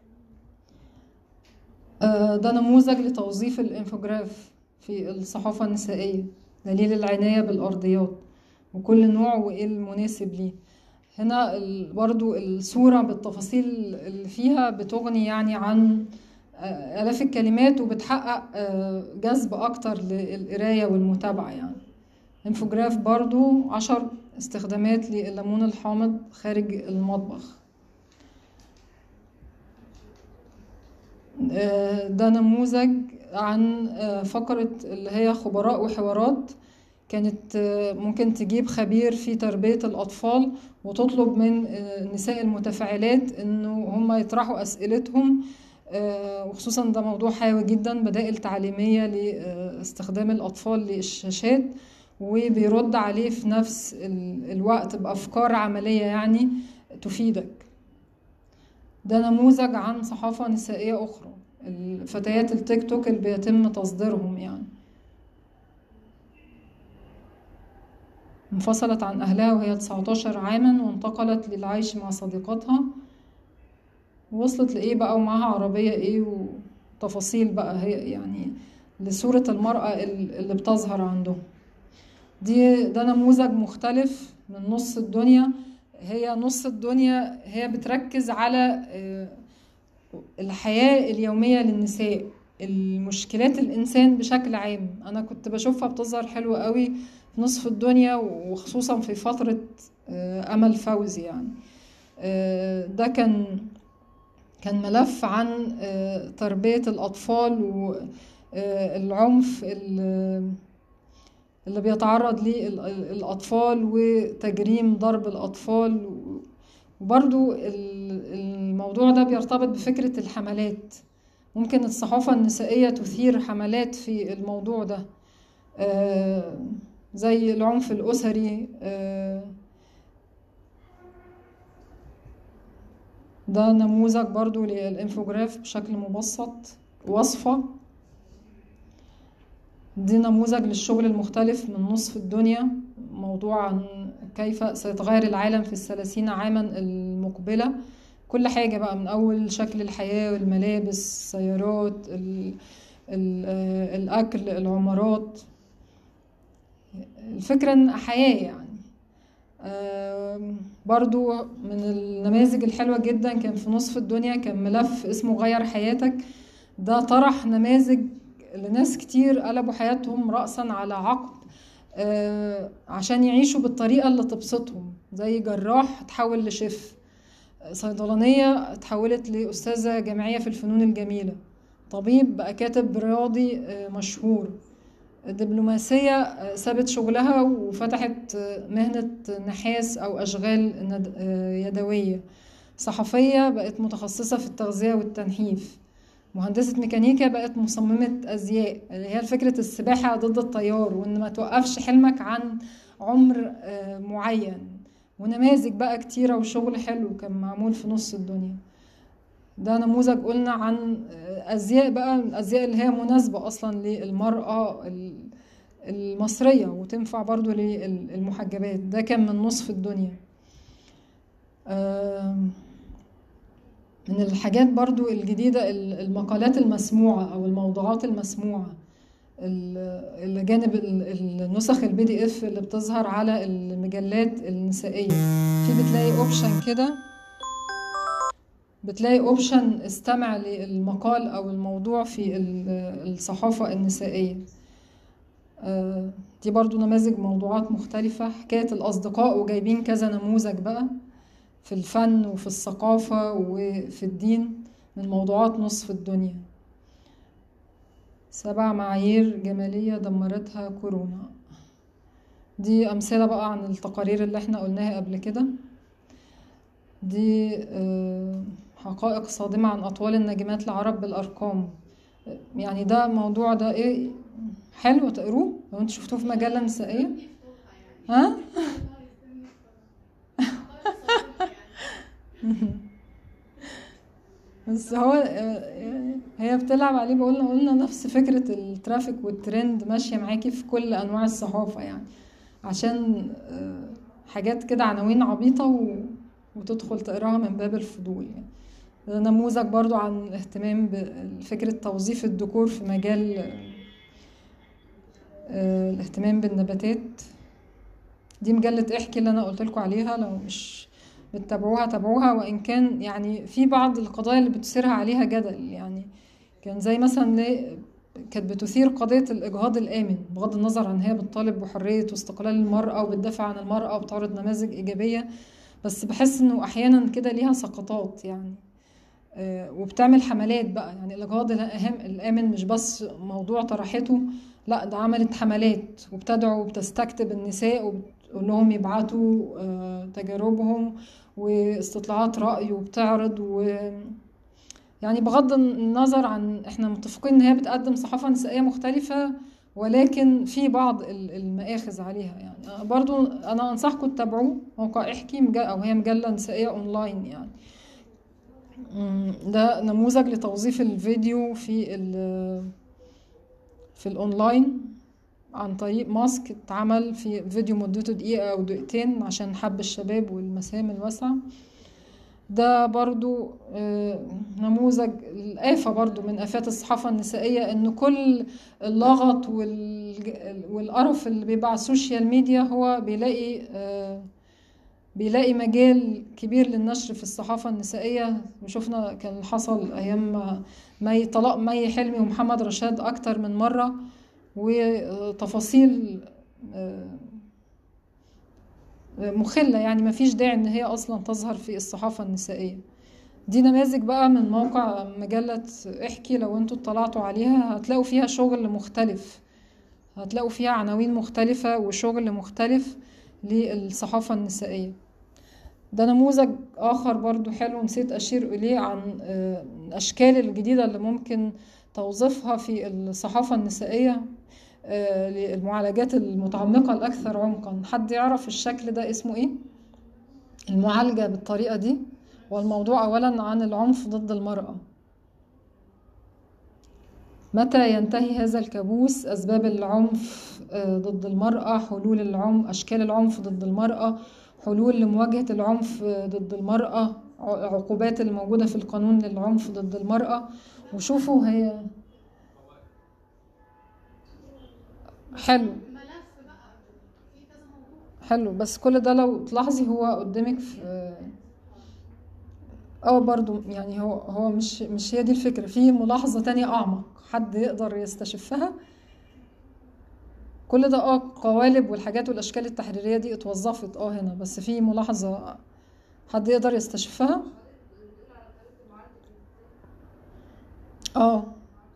آه ده نموذج لتوظيف الانفوجراف في الصحافة النسائية، دليل العناية بالارضيات وكل نوع وايه المناسب ليه. هنا برضو الصورة بالتفاصيل اللي فيها بتغني يعني عن آلاف الكلمات وبتحقق جذب أكتر للقراية والمتابعة يعني. انفوجراف برضو عشر استخدامات لليمون الحامض خارج المطبخ. ده نموذج عن فقرة اللي هي خبراء وحوارات، كانت ممكن تجيب خبير في تربية الأطفال وتطلب من النساء المتفاعلات إنه هم يطرحوا أسئلتهم، وخصوصا ده موضوع حيوي جدا، بدائل تعليمية لاستخدام الأطفال للشاشات، وبيرد عليه في نفس الوقت بأفكار عملية يعني تفيدك. ده نموذج عن صحافة نسائية أخرى، الفتيات التيك توك اللي بيتم تصديرهم يعني. انفصلت عن أهلها وهي تسعتاشر عاما وانتقلت للعيش مع صديقتها، وصلت لإيه بقى ومعها عربية إيه وتفاصيل بقى هي يعني لصورة المرأة اللي بتظهر عندهم. دي ده نموذج مختلف من نص الدنيا. هي نص الدنيا هي بتركز على الحياة اليومية للنساء، المشكلات الإنسان بشكل عام. أنا كنت بشوفها بتظهر حلوة قوي في نصف الدنيا، وخصوصا في فترة أمل فوزي يعني. آه، ده كان كان ملف عن آه، تربية الأطفال والعنف اللي بيتعرض ليه ال- ال- الأطفال وتجريم ضرب الأطفال. وبرضو ال- الموضوع ده بيرتبط بفكرة الحملات. ممكن الصحافة النسائية تثير حملات في الموضوع ده، آه، زي العنف الأسري. آه، ده نموذج برضو للإنفوجراف بشكل مبسط، وصفة. دي نموذج للشغل المختلف من نصف الدنيا، موضوع عن كيف سيتغير العالم في الثلاثين عاما المقبلة. كل حاجة بقى، من أول شكل الحياة والملابس، السيارات، ال ال الأكل، العمارات. الفكرة إن حياة يعني. برضو من النماذج الحلوة جدا كان في نصف الدنيا كان ملف اسمه غير حياتك. ده طرح نماذج لناس كتير قلبوا حياتهم رأسا على عقب عشان يعيشوا بالطريقة اللي تبسطهم، زي جراح تحول لشيف، صيدلانية تحولت لأستاذة جامعية في الفنون الجميلة، طبيب بقى كاتب رياضي مشهور، دبلوماسية سابت شغلها وفتحت مهنة نحاس أو أشغال يدوية، صحفية بقت متخصصة في التغذية والتنحيف، مهندسة ميكانيكا بقت مصممة أزياء، اللي هي فكرة السباحة ضد التيار، وإن ما توقفش حلمك عن عمر معين. ونماذج بقى كتيرة وشغل حلو كان معمول في نص الدنيا. ده نموذج قلنا عن أزياء بقى، الأزياء اللي هي مناسبة أصلا للمرأة المصرية وتنفع برضو للمحجبات. ده كان من نصف الدنيا. من الحاجات برضو الجديدة المقالات المسموعة أو الموضوعات المسموعة اللي جانب النسخ البي دي اف اللي بتظهر على المجلات النسائية. في بتلاقي اوبشن كده، بتلاقي اوبشن استمع للمقال او الموضوع في الصحافة النسائية. دي برضو نماذج موضوعات مختلفة، حكاية الأصدقاء، وجايبين كذا نموذج بقى في الفن وفي الثقافة وفي الدين من موضوعات نصف الدنيا. سبع معايير جمالية دمرتها كورونا. دي أمثلة بقى عن التقارير اللي احنا قلناها قبل كده. دي حقائق صادمة عن أطوال الناجمات العرب بالأرقام. يعني ده موضوع ده ايه حلو تقروه لو انتوا شفتوه في مجلة نسائية. ها؟ بس هو هي بتلعب عليه. بقولنا قلنا نفس فكرة الترافيك والترند ماشية معاكي في كل أنواع الصحافة، يعني عشان حاجات كده عناوين عبيطة وتدخل تقراها من باب الفضول. يعني ده نموذج برضو عن الاهتمام بفكرة توظيف الذكور في مجال الاهتمام بالنباتات. دي مجلة احكي اللي أنا قلتلكوا عليها، لو مش بتتابعوها تابعوها. وإن كان يعني في بعض القضايا اللي بتثيرها عليها جدل، يعني كان زي مثلا ليه كانت بتثير قضية الإجهاض الآمن، بغض النظر عن هي بتطالب بحرية واستقلال المرأة وبتدافع عن المرأة وبتعرض نماذج إيجابية، بس بحس إنه أحيانا كده ليها سقطات يعني، وبتعمل حملات بقى. يعني الإجهاض الآمن مش بس موضوع طرحته، لا ده عملت حملات وبتدعو وبتستكتب النساء وبتقول لهم يبعتوا تجاربهم واستطلاعات رأي وبتعرض. و يعني بغض النظر عن احنا متفقين ان هي بتقدم صحافة نسائية مختلفة، ولكن في بعض المآخذ عليها. يعني برضو انا انصحكم تتابعوه، موقع احكي او هي مجلة نسائية اونلاين. يعني ده نموذج لتوظيف الفيديو في في الاونلاين عن طريق ماسك اتعمل في فيديو مدته دقيقة او دقيقتين عشان حب الشباب والمسام الواسعة. ده برضو نموذج الآفة برضو من آفات الصحافة النسائية، ان كل اللغط والقرف اللي بيبقى على السوشيال ميديا هو بيلاقي بيلاقي مجال كبير للنشر في الصحافة النسائية. وشوفنا كان حصل ايام مي طلاق مي حلمي ومحمد رشاد اكتر من مرة، وتفاصيل مخلة، يعني مفيش داعي ان هي اصلا تظهر في الصحافة النسائية. دي نماذج بقى من موقع مجلة احكي، لو انتوا اطلعتوا عليها هتلاقوا فيها شغل مختلف، هتلاقوا فيها عناوين مختلفة وشغل مختلف للصحافة النسائية. ده نموذج آخر برضو حلو نسيت أشير إليه عن الأشكال الجديدة اللي ممكن توظيفها في الصحافة النسائية للمعالجات المتعمقة الأكثر عمقا. حد يعرف الشكل ده اسمه إيه؟ المعالجة بالطريقة دي، والموضوع أولا عن العنف ضد المرأة. متى ينتهي هذا الكابوس؟ أسباب العنف ضد المرأة، حلول العنف، أشكال العنف ضد المرأة، حلول لمواجهة العنف ضد المرأة، عقوبات الموجودة في القانون للعنف ضد المرأة. وشوفوا هي حلو حلو، بس كل ده لو تلاحظي هو قدامك في اه برضو يعني هو هو مش مش هي دي الفكرة، في ملاحظة تانية أعمق حد يقدر يستشفها. كل ده اه قوالب والحاجات والأشكال التحريرية دي اتوظفت اه هنا، بس في ملاحظة حد يقدر يستشفها. اه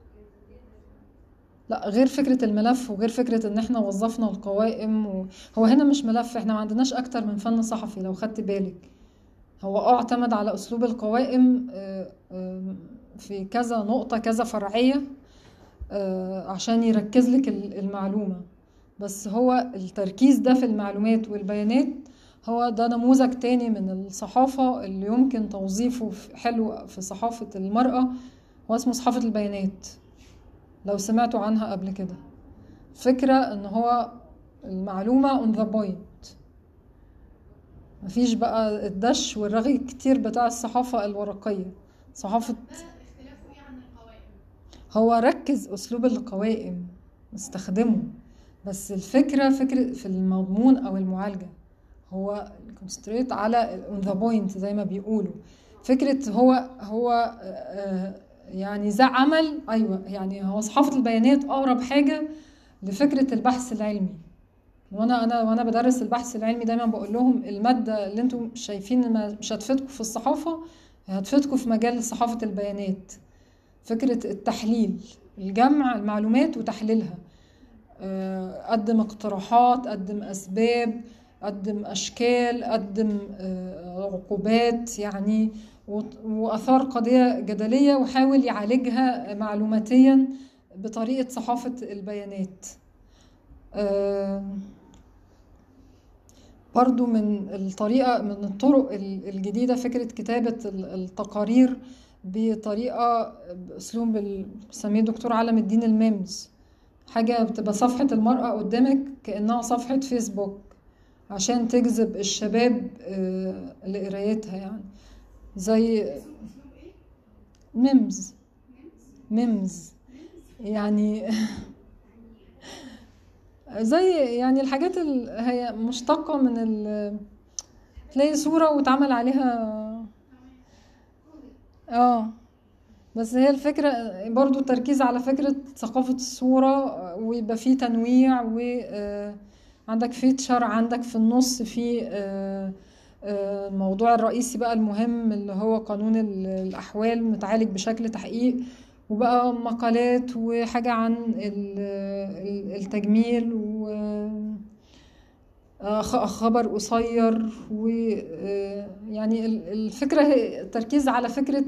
لا، غير فكرة الملف وغير فكرة ان احنا وظفنا القوائم و... هو هنا مش ملف، احنا ما عندناش اكتر من فن صحفي لو خدت بالك. هو اه اعتمد على اسلوب القوائم في كذا نقطة كذا فرعية عشان يركز لك المعلومة، بس هو التركيز ده في المعلومات والبيانات هو ده نموذج تاني من الصحافة اللي يمكن توظيفه حلو في صحافة المرأة، هو اسمه صحافة البيانات. لو سمعتوا عنها قبل كده، فكرة ان هو المعلومة on the point، مفيش بقى الدش والرغي كتير بتاع الصحافة الورقية. صحافة هو ركز اسلوب القوائم استخدمه، بس الفكرة فكرة في المضمون او المعالجة، هو كونستريت على on the point زي ما بيقولوا. فكرة هو هو يعني ذا عمل، ايوه يعني هو صحافة البيانات اقرب حاجة لفكرة البحث العلمي. وانا انا وانا بدرس البحث العلمي دايما بقول لهم المادة اللي انتم شايفين مش هتفيدكم في الصحافة هتفيدكم في مجال صحافة البيانات. فكرة التحليل، الجمع المعلومات وتحليلها، قدم اقتراحات، قدم اسباب، قدم اشكال، قدم عقوبات يعني، واثار قضية جدلية وحاول يعالجها معلوماتيا بطريقة صحافة البيانات. برضو من الطريقة من الطرق الجديدة فكرة كتابة التقارير بطريقة بأسلوب بسميه الدكتور علم الدين الميمز، حاجة بتبقى صفحة المرأة قدامك كأنها صفحة فيسبوك عشان تجذب الشباب لقرايتها، يعني زي ميمز ميمز يعني زي يعني الحاجات اللي هي مشتقة من ال تلاقي صورة واتعمل عليها اه بس هي الفكرة برضو التركيز على فكرة ثقافة الصورة، ويبقى فيه تنويع، وعندك فيتشر عندك في النص في الموضوع الرئيسي بقى المهم اللي هو قانون الأحوال متعالج بشكل تحقيق، وبقى مقالات وحاجة عن التجميل وخبر قصير، ويعني الفكرة التركيز على فكرة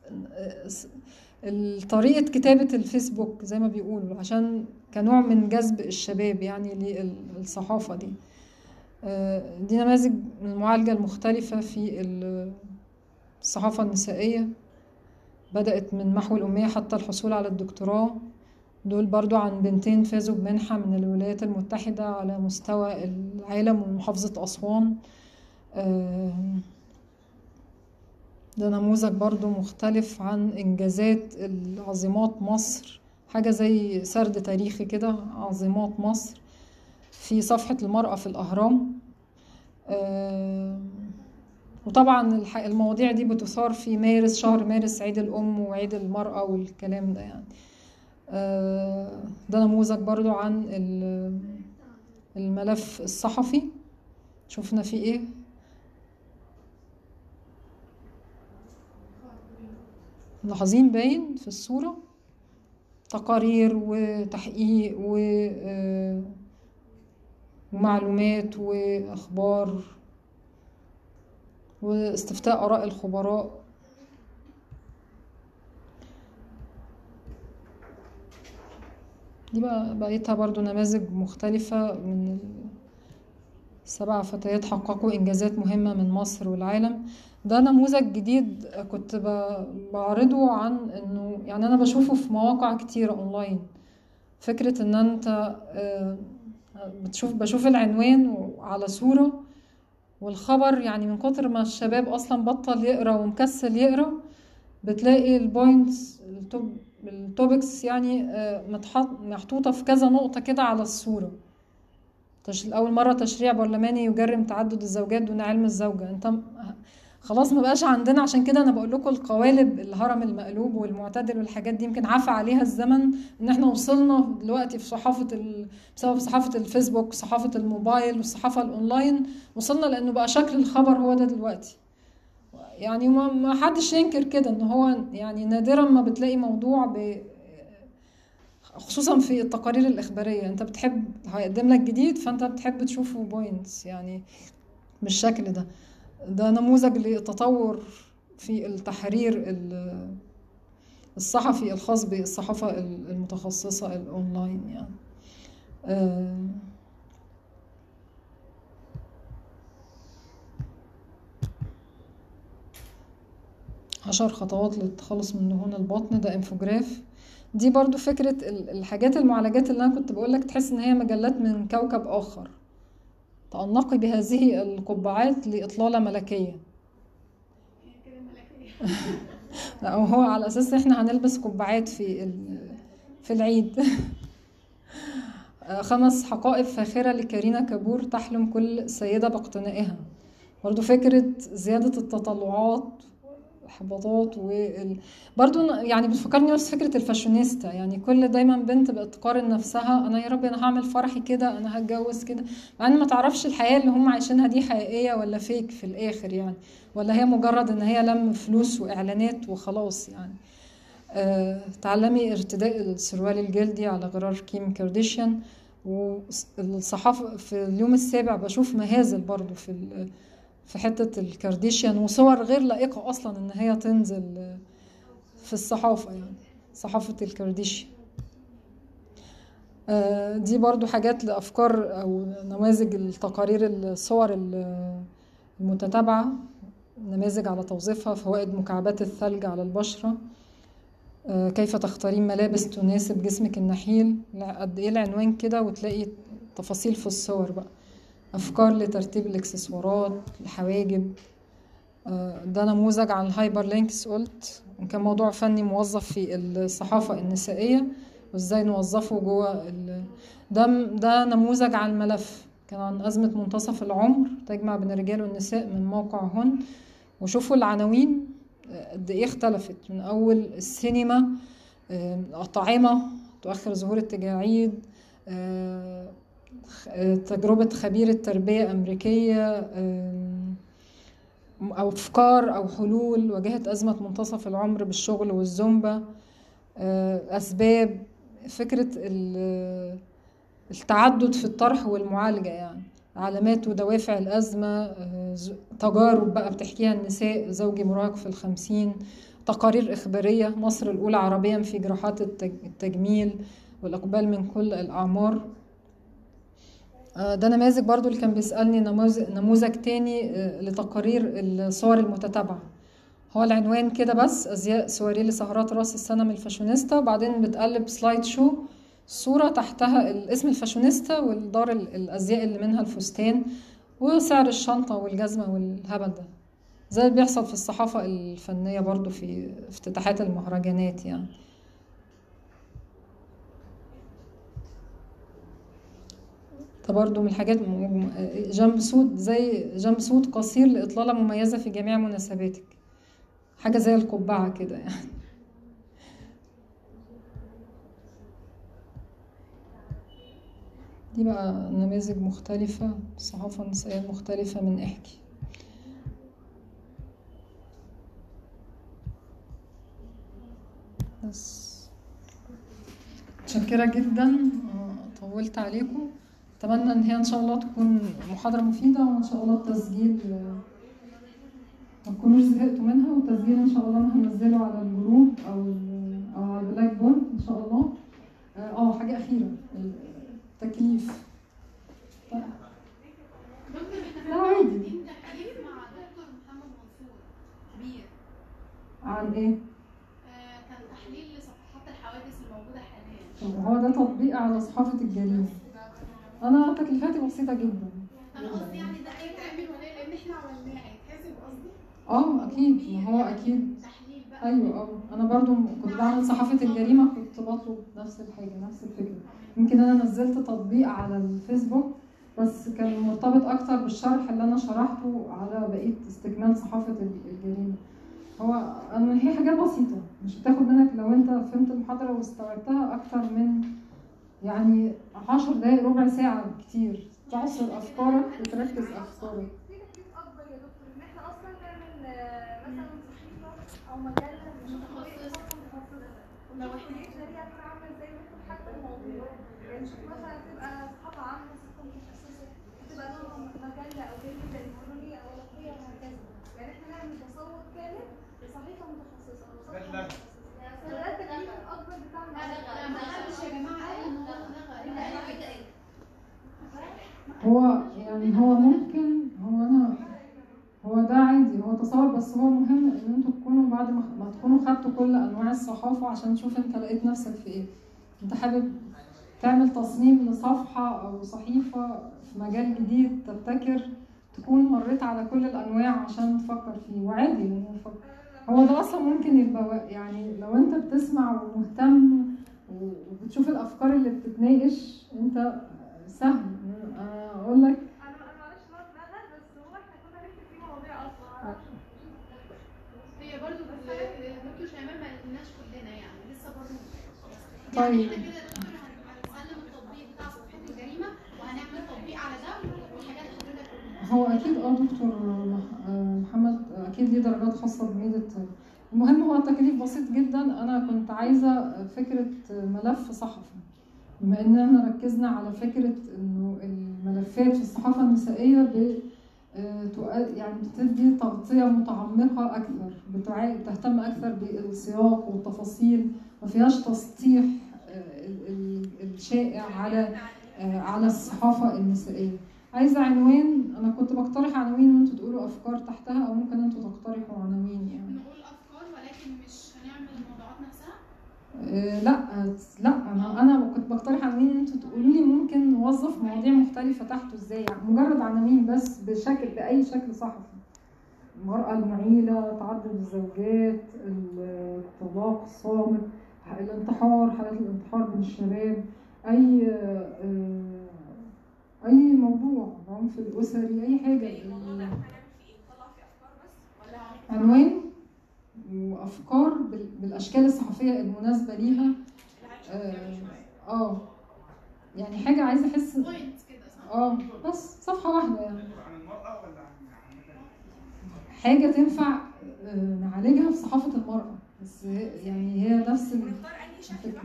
طريقة كتابة الفيسبوك زي ما بيقولوا عشان كنوع من جذب الشباب يعني للصحافة دي. دي نماذج من المعالجة المختلفة في الصحافة النسائية، بدأت من محو الأمية حتى الحصول على الدكتوراه. دول برضو عن بنتين فازوا بمنحة من الولايات المتحدة على مستوى العالم ومحافظة أسوان. ده نموذج برضو مختلف عن إنجازات العظيمات مصر، حاجة زي سرد تاريخي كده، عظيمات مصر في صفحة المرأة في الأهرام. وطبعا المواضيع دي بتثار في مارس، شهر مارس، عيد الأم وعيد المرأة والكلام ده يعني. ده نموذج برضو عن الملف الصحفي. شفنا فيه ايه؟ ملاحظين باين في الصورة تقارير وتحقيق و آه، ومعلومات واخبار واستفتاء اراء الخبراء. دي بقى بقيتها برضو نماذج مختلفة من سبع فتيات حققوا إنجازات مهمة من مصر والعالم. ده نموذج جديد كنت بعرضه عن إنه يعني أنا بشوفه في مواقع كتيرة أونلاين. فكرة إن أنت بتشوف بشوف العنوان على صورة والخبر، يعني من كتر ما الشباب أصلا بطل يقرأ ومكسل يقرأ، بتلاقي البوينتس التوبكس يعني محطوطة في كذا نقطة كده على الصورة. أول مرة تشريع برلماني يجرم تعدد الزوجات دون علم الزوجة. انت خلاص ما بقاش عندنا. عشان كده انا بقول لكم القوالب الهرم المقلوب والمعتدل والحاجات دي يمكن عفى عليها الزمن، ان احنا وصلنا دلوقتي في صحافة ال... بسبب صحافة الفيسبوك، صحافة الموبايل والصحافة الاونلاين، وصلنا لانه بقى شكل الخبر هو ده دلوقتي. يعني ما حدش ينكر كده ان هو يعني نادرا ما بتلاقي موضوع ب... خصوصا في التقارير الإخبارية انت بتحب هيقدم لك جديد فانت بتحب تشوفه بوينتس يعني بالشكل ده. ده نموذج لتطور في التحرير الصحفي الخاص بالصحافة المتخصصة الأونلاين يعني. عشر خطوات للتخلص من دهون البطن، ده انفوجراف. دي برضو فكرة الحاجات المعالجات اللي أنا كنت بقولك تحس إن هي مجلات من كوكب آخر. تأنقي بهذه القبعات لإطلالة ملكية. لا هو على أساس إحنا هنلبس قبعات في في العيد. خمس حقائب فاخرة لكارينا كابور تحلم كل سيدة باقتنائها. برضو فكرة زيادة التطلعات احباطات وال... برضو يعني بتفكرني نفس فكره الفاشونيستا. يعني كل دايما بنت بقت تقارن نفسها، انا يا ربي انا هعمل فرحي كده، انا هتجوز كده، مع ان ما تعرفش الحياه اللي هم عايشينها دي حقيقيه ولا فيك في الاخر يعني، ولا هي مجرد ان هي لم فلوس واعلانات وخلاص يعني. أه... تعلمي ارتداء السروال الجلدي على غرار كيم كارديشيان. والصحافه في اليوم السابع بشوف مهازل برضو في ال... في حتة الكارديشيان وصور غير لائقة أصلا إن هي تنزل في الصحافة يعني صحافة الكارديشيان. دي برضو حاجات لأفكار أو نماذج التقارير الصور المتتابعة، نماذج على توظيفها، فوائد مكعبات الثلج على البشرة، كيف تختارين ملابس تناسب جسمك النحيل. قد إيه العنوان كده وتلاقي تفاصيل في الصور بقى. أفكار لترتيب الإكسسوارات، الحواجب. ده نموذج عن الهايبر لينكس قلت، كان موضوع فني موظف في الصحافة النسائية وإزاي نوظفه جوه ال... ده ده نموذج عن الملف كان عن أزمة منتصف العمر تجمع بين الرجال والنساء من موقع هن. وشوفوا العناوين قد إيه اختلفت، من أول السينما، الأطعمة تؤخر ظهور التجاعيد، تجربة خبير التربية أمريكية، أو أفكار أو حلول واجهت أزمة منتصف العمر بالشغل والزومبا، أسباب، فكرة التعدد في الطرح والمعالجة يعني، علامات ودوافع الأزمة، تجارب بقى بتحكيها النساء، زوجي مراهق في الخمسين، تقارير إخبارية، مصر الأولى عربيا في جراحات التجميل والإقبال من كل الأعمار. ده نماذج برضو اللي كان بيسألني نموذج, نموذج تاني لتقارير الصور المتتابعة. هو العنوان كده بس، أزياء سواري لسهرات رأس السنة من الفاشونيستا، وبعدين بتقلب سلايد شو صورة تحتها اسم الفاشونيستا والدار الأزياء اللي منها الفستان وسعر الشنطة والجزمة والهبل ده، زي اللي بيحصل في الصحافة الفنية برضو في افتتاحات المهرجانات يعني. ده برضو من الحاجات، جامب سوت زي جامب سوت قصير لإطلالة مميزة في جميع مناسباتك، حاجة زي القبعة كده يعني. دي بقى نماذج مختلفة، الصحافة النسائية المختلفة من احكي. بس متشكرة جدا، طولت عليكم. اتمنى ان هي ان شاء الله تكون محاضرة مفيدة، وان شاء الله التسجيل ما تكونوش زهقتوا منها، والتسجيل ان شاء الله انا هنزله على الجروب او او على البلاك بورد ان شاء الله. اه حاجة أخيرة، التكليف. دكتور لا احنا عادي. عاملين تكليف مع دكتور محمد منصور كبير. عن ايه؟ آه، كان تحليل لصفحات الحوادث الموجودة حاليا. هو ده تطبيق على صحافة الجريمة. أنا تكليفاتي بسيطة جدا. انا قصدي يعني ده هيتعمل ولا إيه؟ لان احنا عملناه هيتحسب قصدي. اه أكيد، ما هو أكيد. تحليل بقى. أيوه اه، أنا برضو كنت بعمل صحافة الجريمة، كنت بطلب نفس الحاجة نفس الفكرة. يمكن أنا نزلت تطبيق على الفيسبوك، بس كان مرتبط أكتر بالشرح اللي أنا شرحته على بقية استكمال صحافة الجريمة. هو أنا هي حاجات بسيطة، مش بتاخد منك لو أنت فهمت المحاضرة واستوعبتها أكتر من يعني عشر دقايق ربع ساعة كتير، تعصر أفكارك وتركز أفكارك. في تكليف اكبر يا دكتور ان احنا اصلا نعمل آه، مثلا صحيفه او مجله متخصصه متخصصه، ولو احتاجنا ليها تكون عامله ازاي نكتب حتى الموضوع، يعني مش مثلا تبقى صحافه عامه صحافه متخصصه، تبقى نوع مجله او جريده الكترونيه او ورقيه وهكذا، يعني احنا نعمل تصور كامل لصحيفه متخصصه او صفحه متخصصه. فده التكليف الاكبر بتاعنا. لا ما حدش يا جماعه قال ان هو اتلغى. هو يعني هو ممكن، هو أنا هو ده عادي، هو تصور، بس هو مهم ان انتوا تكونوا بعد ما ما تكونوا خدتوا كل انواع الصحافه عشان تشوف انت لقيت نفسك في ايه. انت حابب تعمل تصميم لصفحه او صحيفه في مجال جديد، تبتكر تكون مريت على كل الانواع عشان تفكر فيه، وعادي يعني نفكر. هو ده اصلا ممكن يبقى يعني لو انت بتسمع ومهتم وبتشوف الافكار اللي بتتناقش، انت سهل انا اقول لك. انا انا معلش ما اتلغى، بس هو احنا كنا نكتب فيه مواضيع اصلا. هي برضه الدكتور شيماء ما قالناش كلنا يعني لسه برضه. طيب. يعني احنا كده يا دكتور هنسلم التطبيق بتاع صفحة الجريمة وهنعمل تطبيق على ده والحاجات اللي حضرتك قلتها. هو اكيد اه دكتور محمد اكيد ليه درجات خاصه بميدة. المهم هو التكليف بسيط جدا. انا كنت عايزه فكره ملف صحفي، بما اننا ركزنا على فكره انه الملفات في الصحافه النسائيه ب يعني بتدي تغطيه متعمقه اكثر، بتهتم اكثر بالسياق والتفاصيل، ما فيهاش تسطيح الشائع على على الصحافه النسائيه. عايزه عنوان، انا كنت بقترح عناوين وانتوا تقولوا افكار تحتها، او ممكن انتوا تقترحوا عناوين يعني. نقول افكار ولكن مش هنعمل الموضوعات نفسها. أه لا لا انا انا كنت بقترح عناوين انتوا تقولوا لي ممكن نوظف مواضيع مختلفه تحته ازاي، يعني مجرد عناوين بس بشكل باي شكل صحفي. المراه المعيله، تعدد الزوجات، الطلاق الصامت، الانتحار، حالات الانتحار بين الشباب، اي أه اي موضوع، العنف الاسري، اي حاجه. عنوان وافكار بالاشكال الصحفيه المناسبه ليها. اه, آه يعني حاجه عايزه احس اه بس صفحه واحده يعني حاجه تنفع آه نعالجها في صحافه المراه، بس يعني هي نفس الفكره.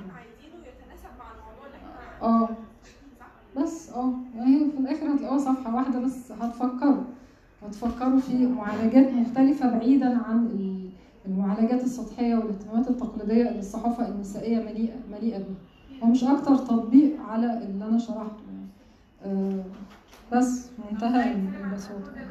اه بس اه يعني في الاخر هتلاقوها صفحه واحده، بس هتفكروا هتفكروا في معالجات مختلفه بعيدا عن المعالجات السطحيه والاهتمامات التقليديه اللي الصحافه النسائيه مليئه مليئه بها. هو مش اكتر تطبيق على اللي انا شرحته يعني. آه بس منتهى البساطه.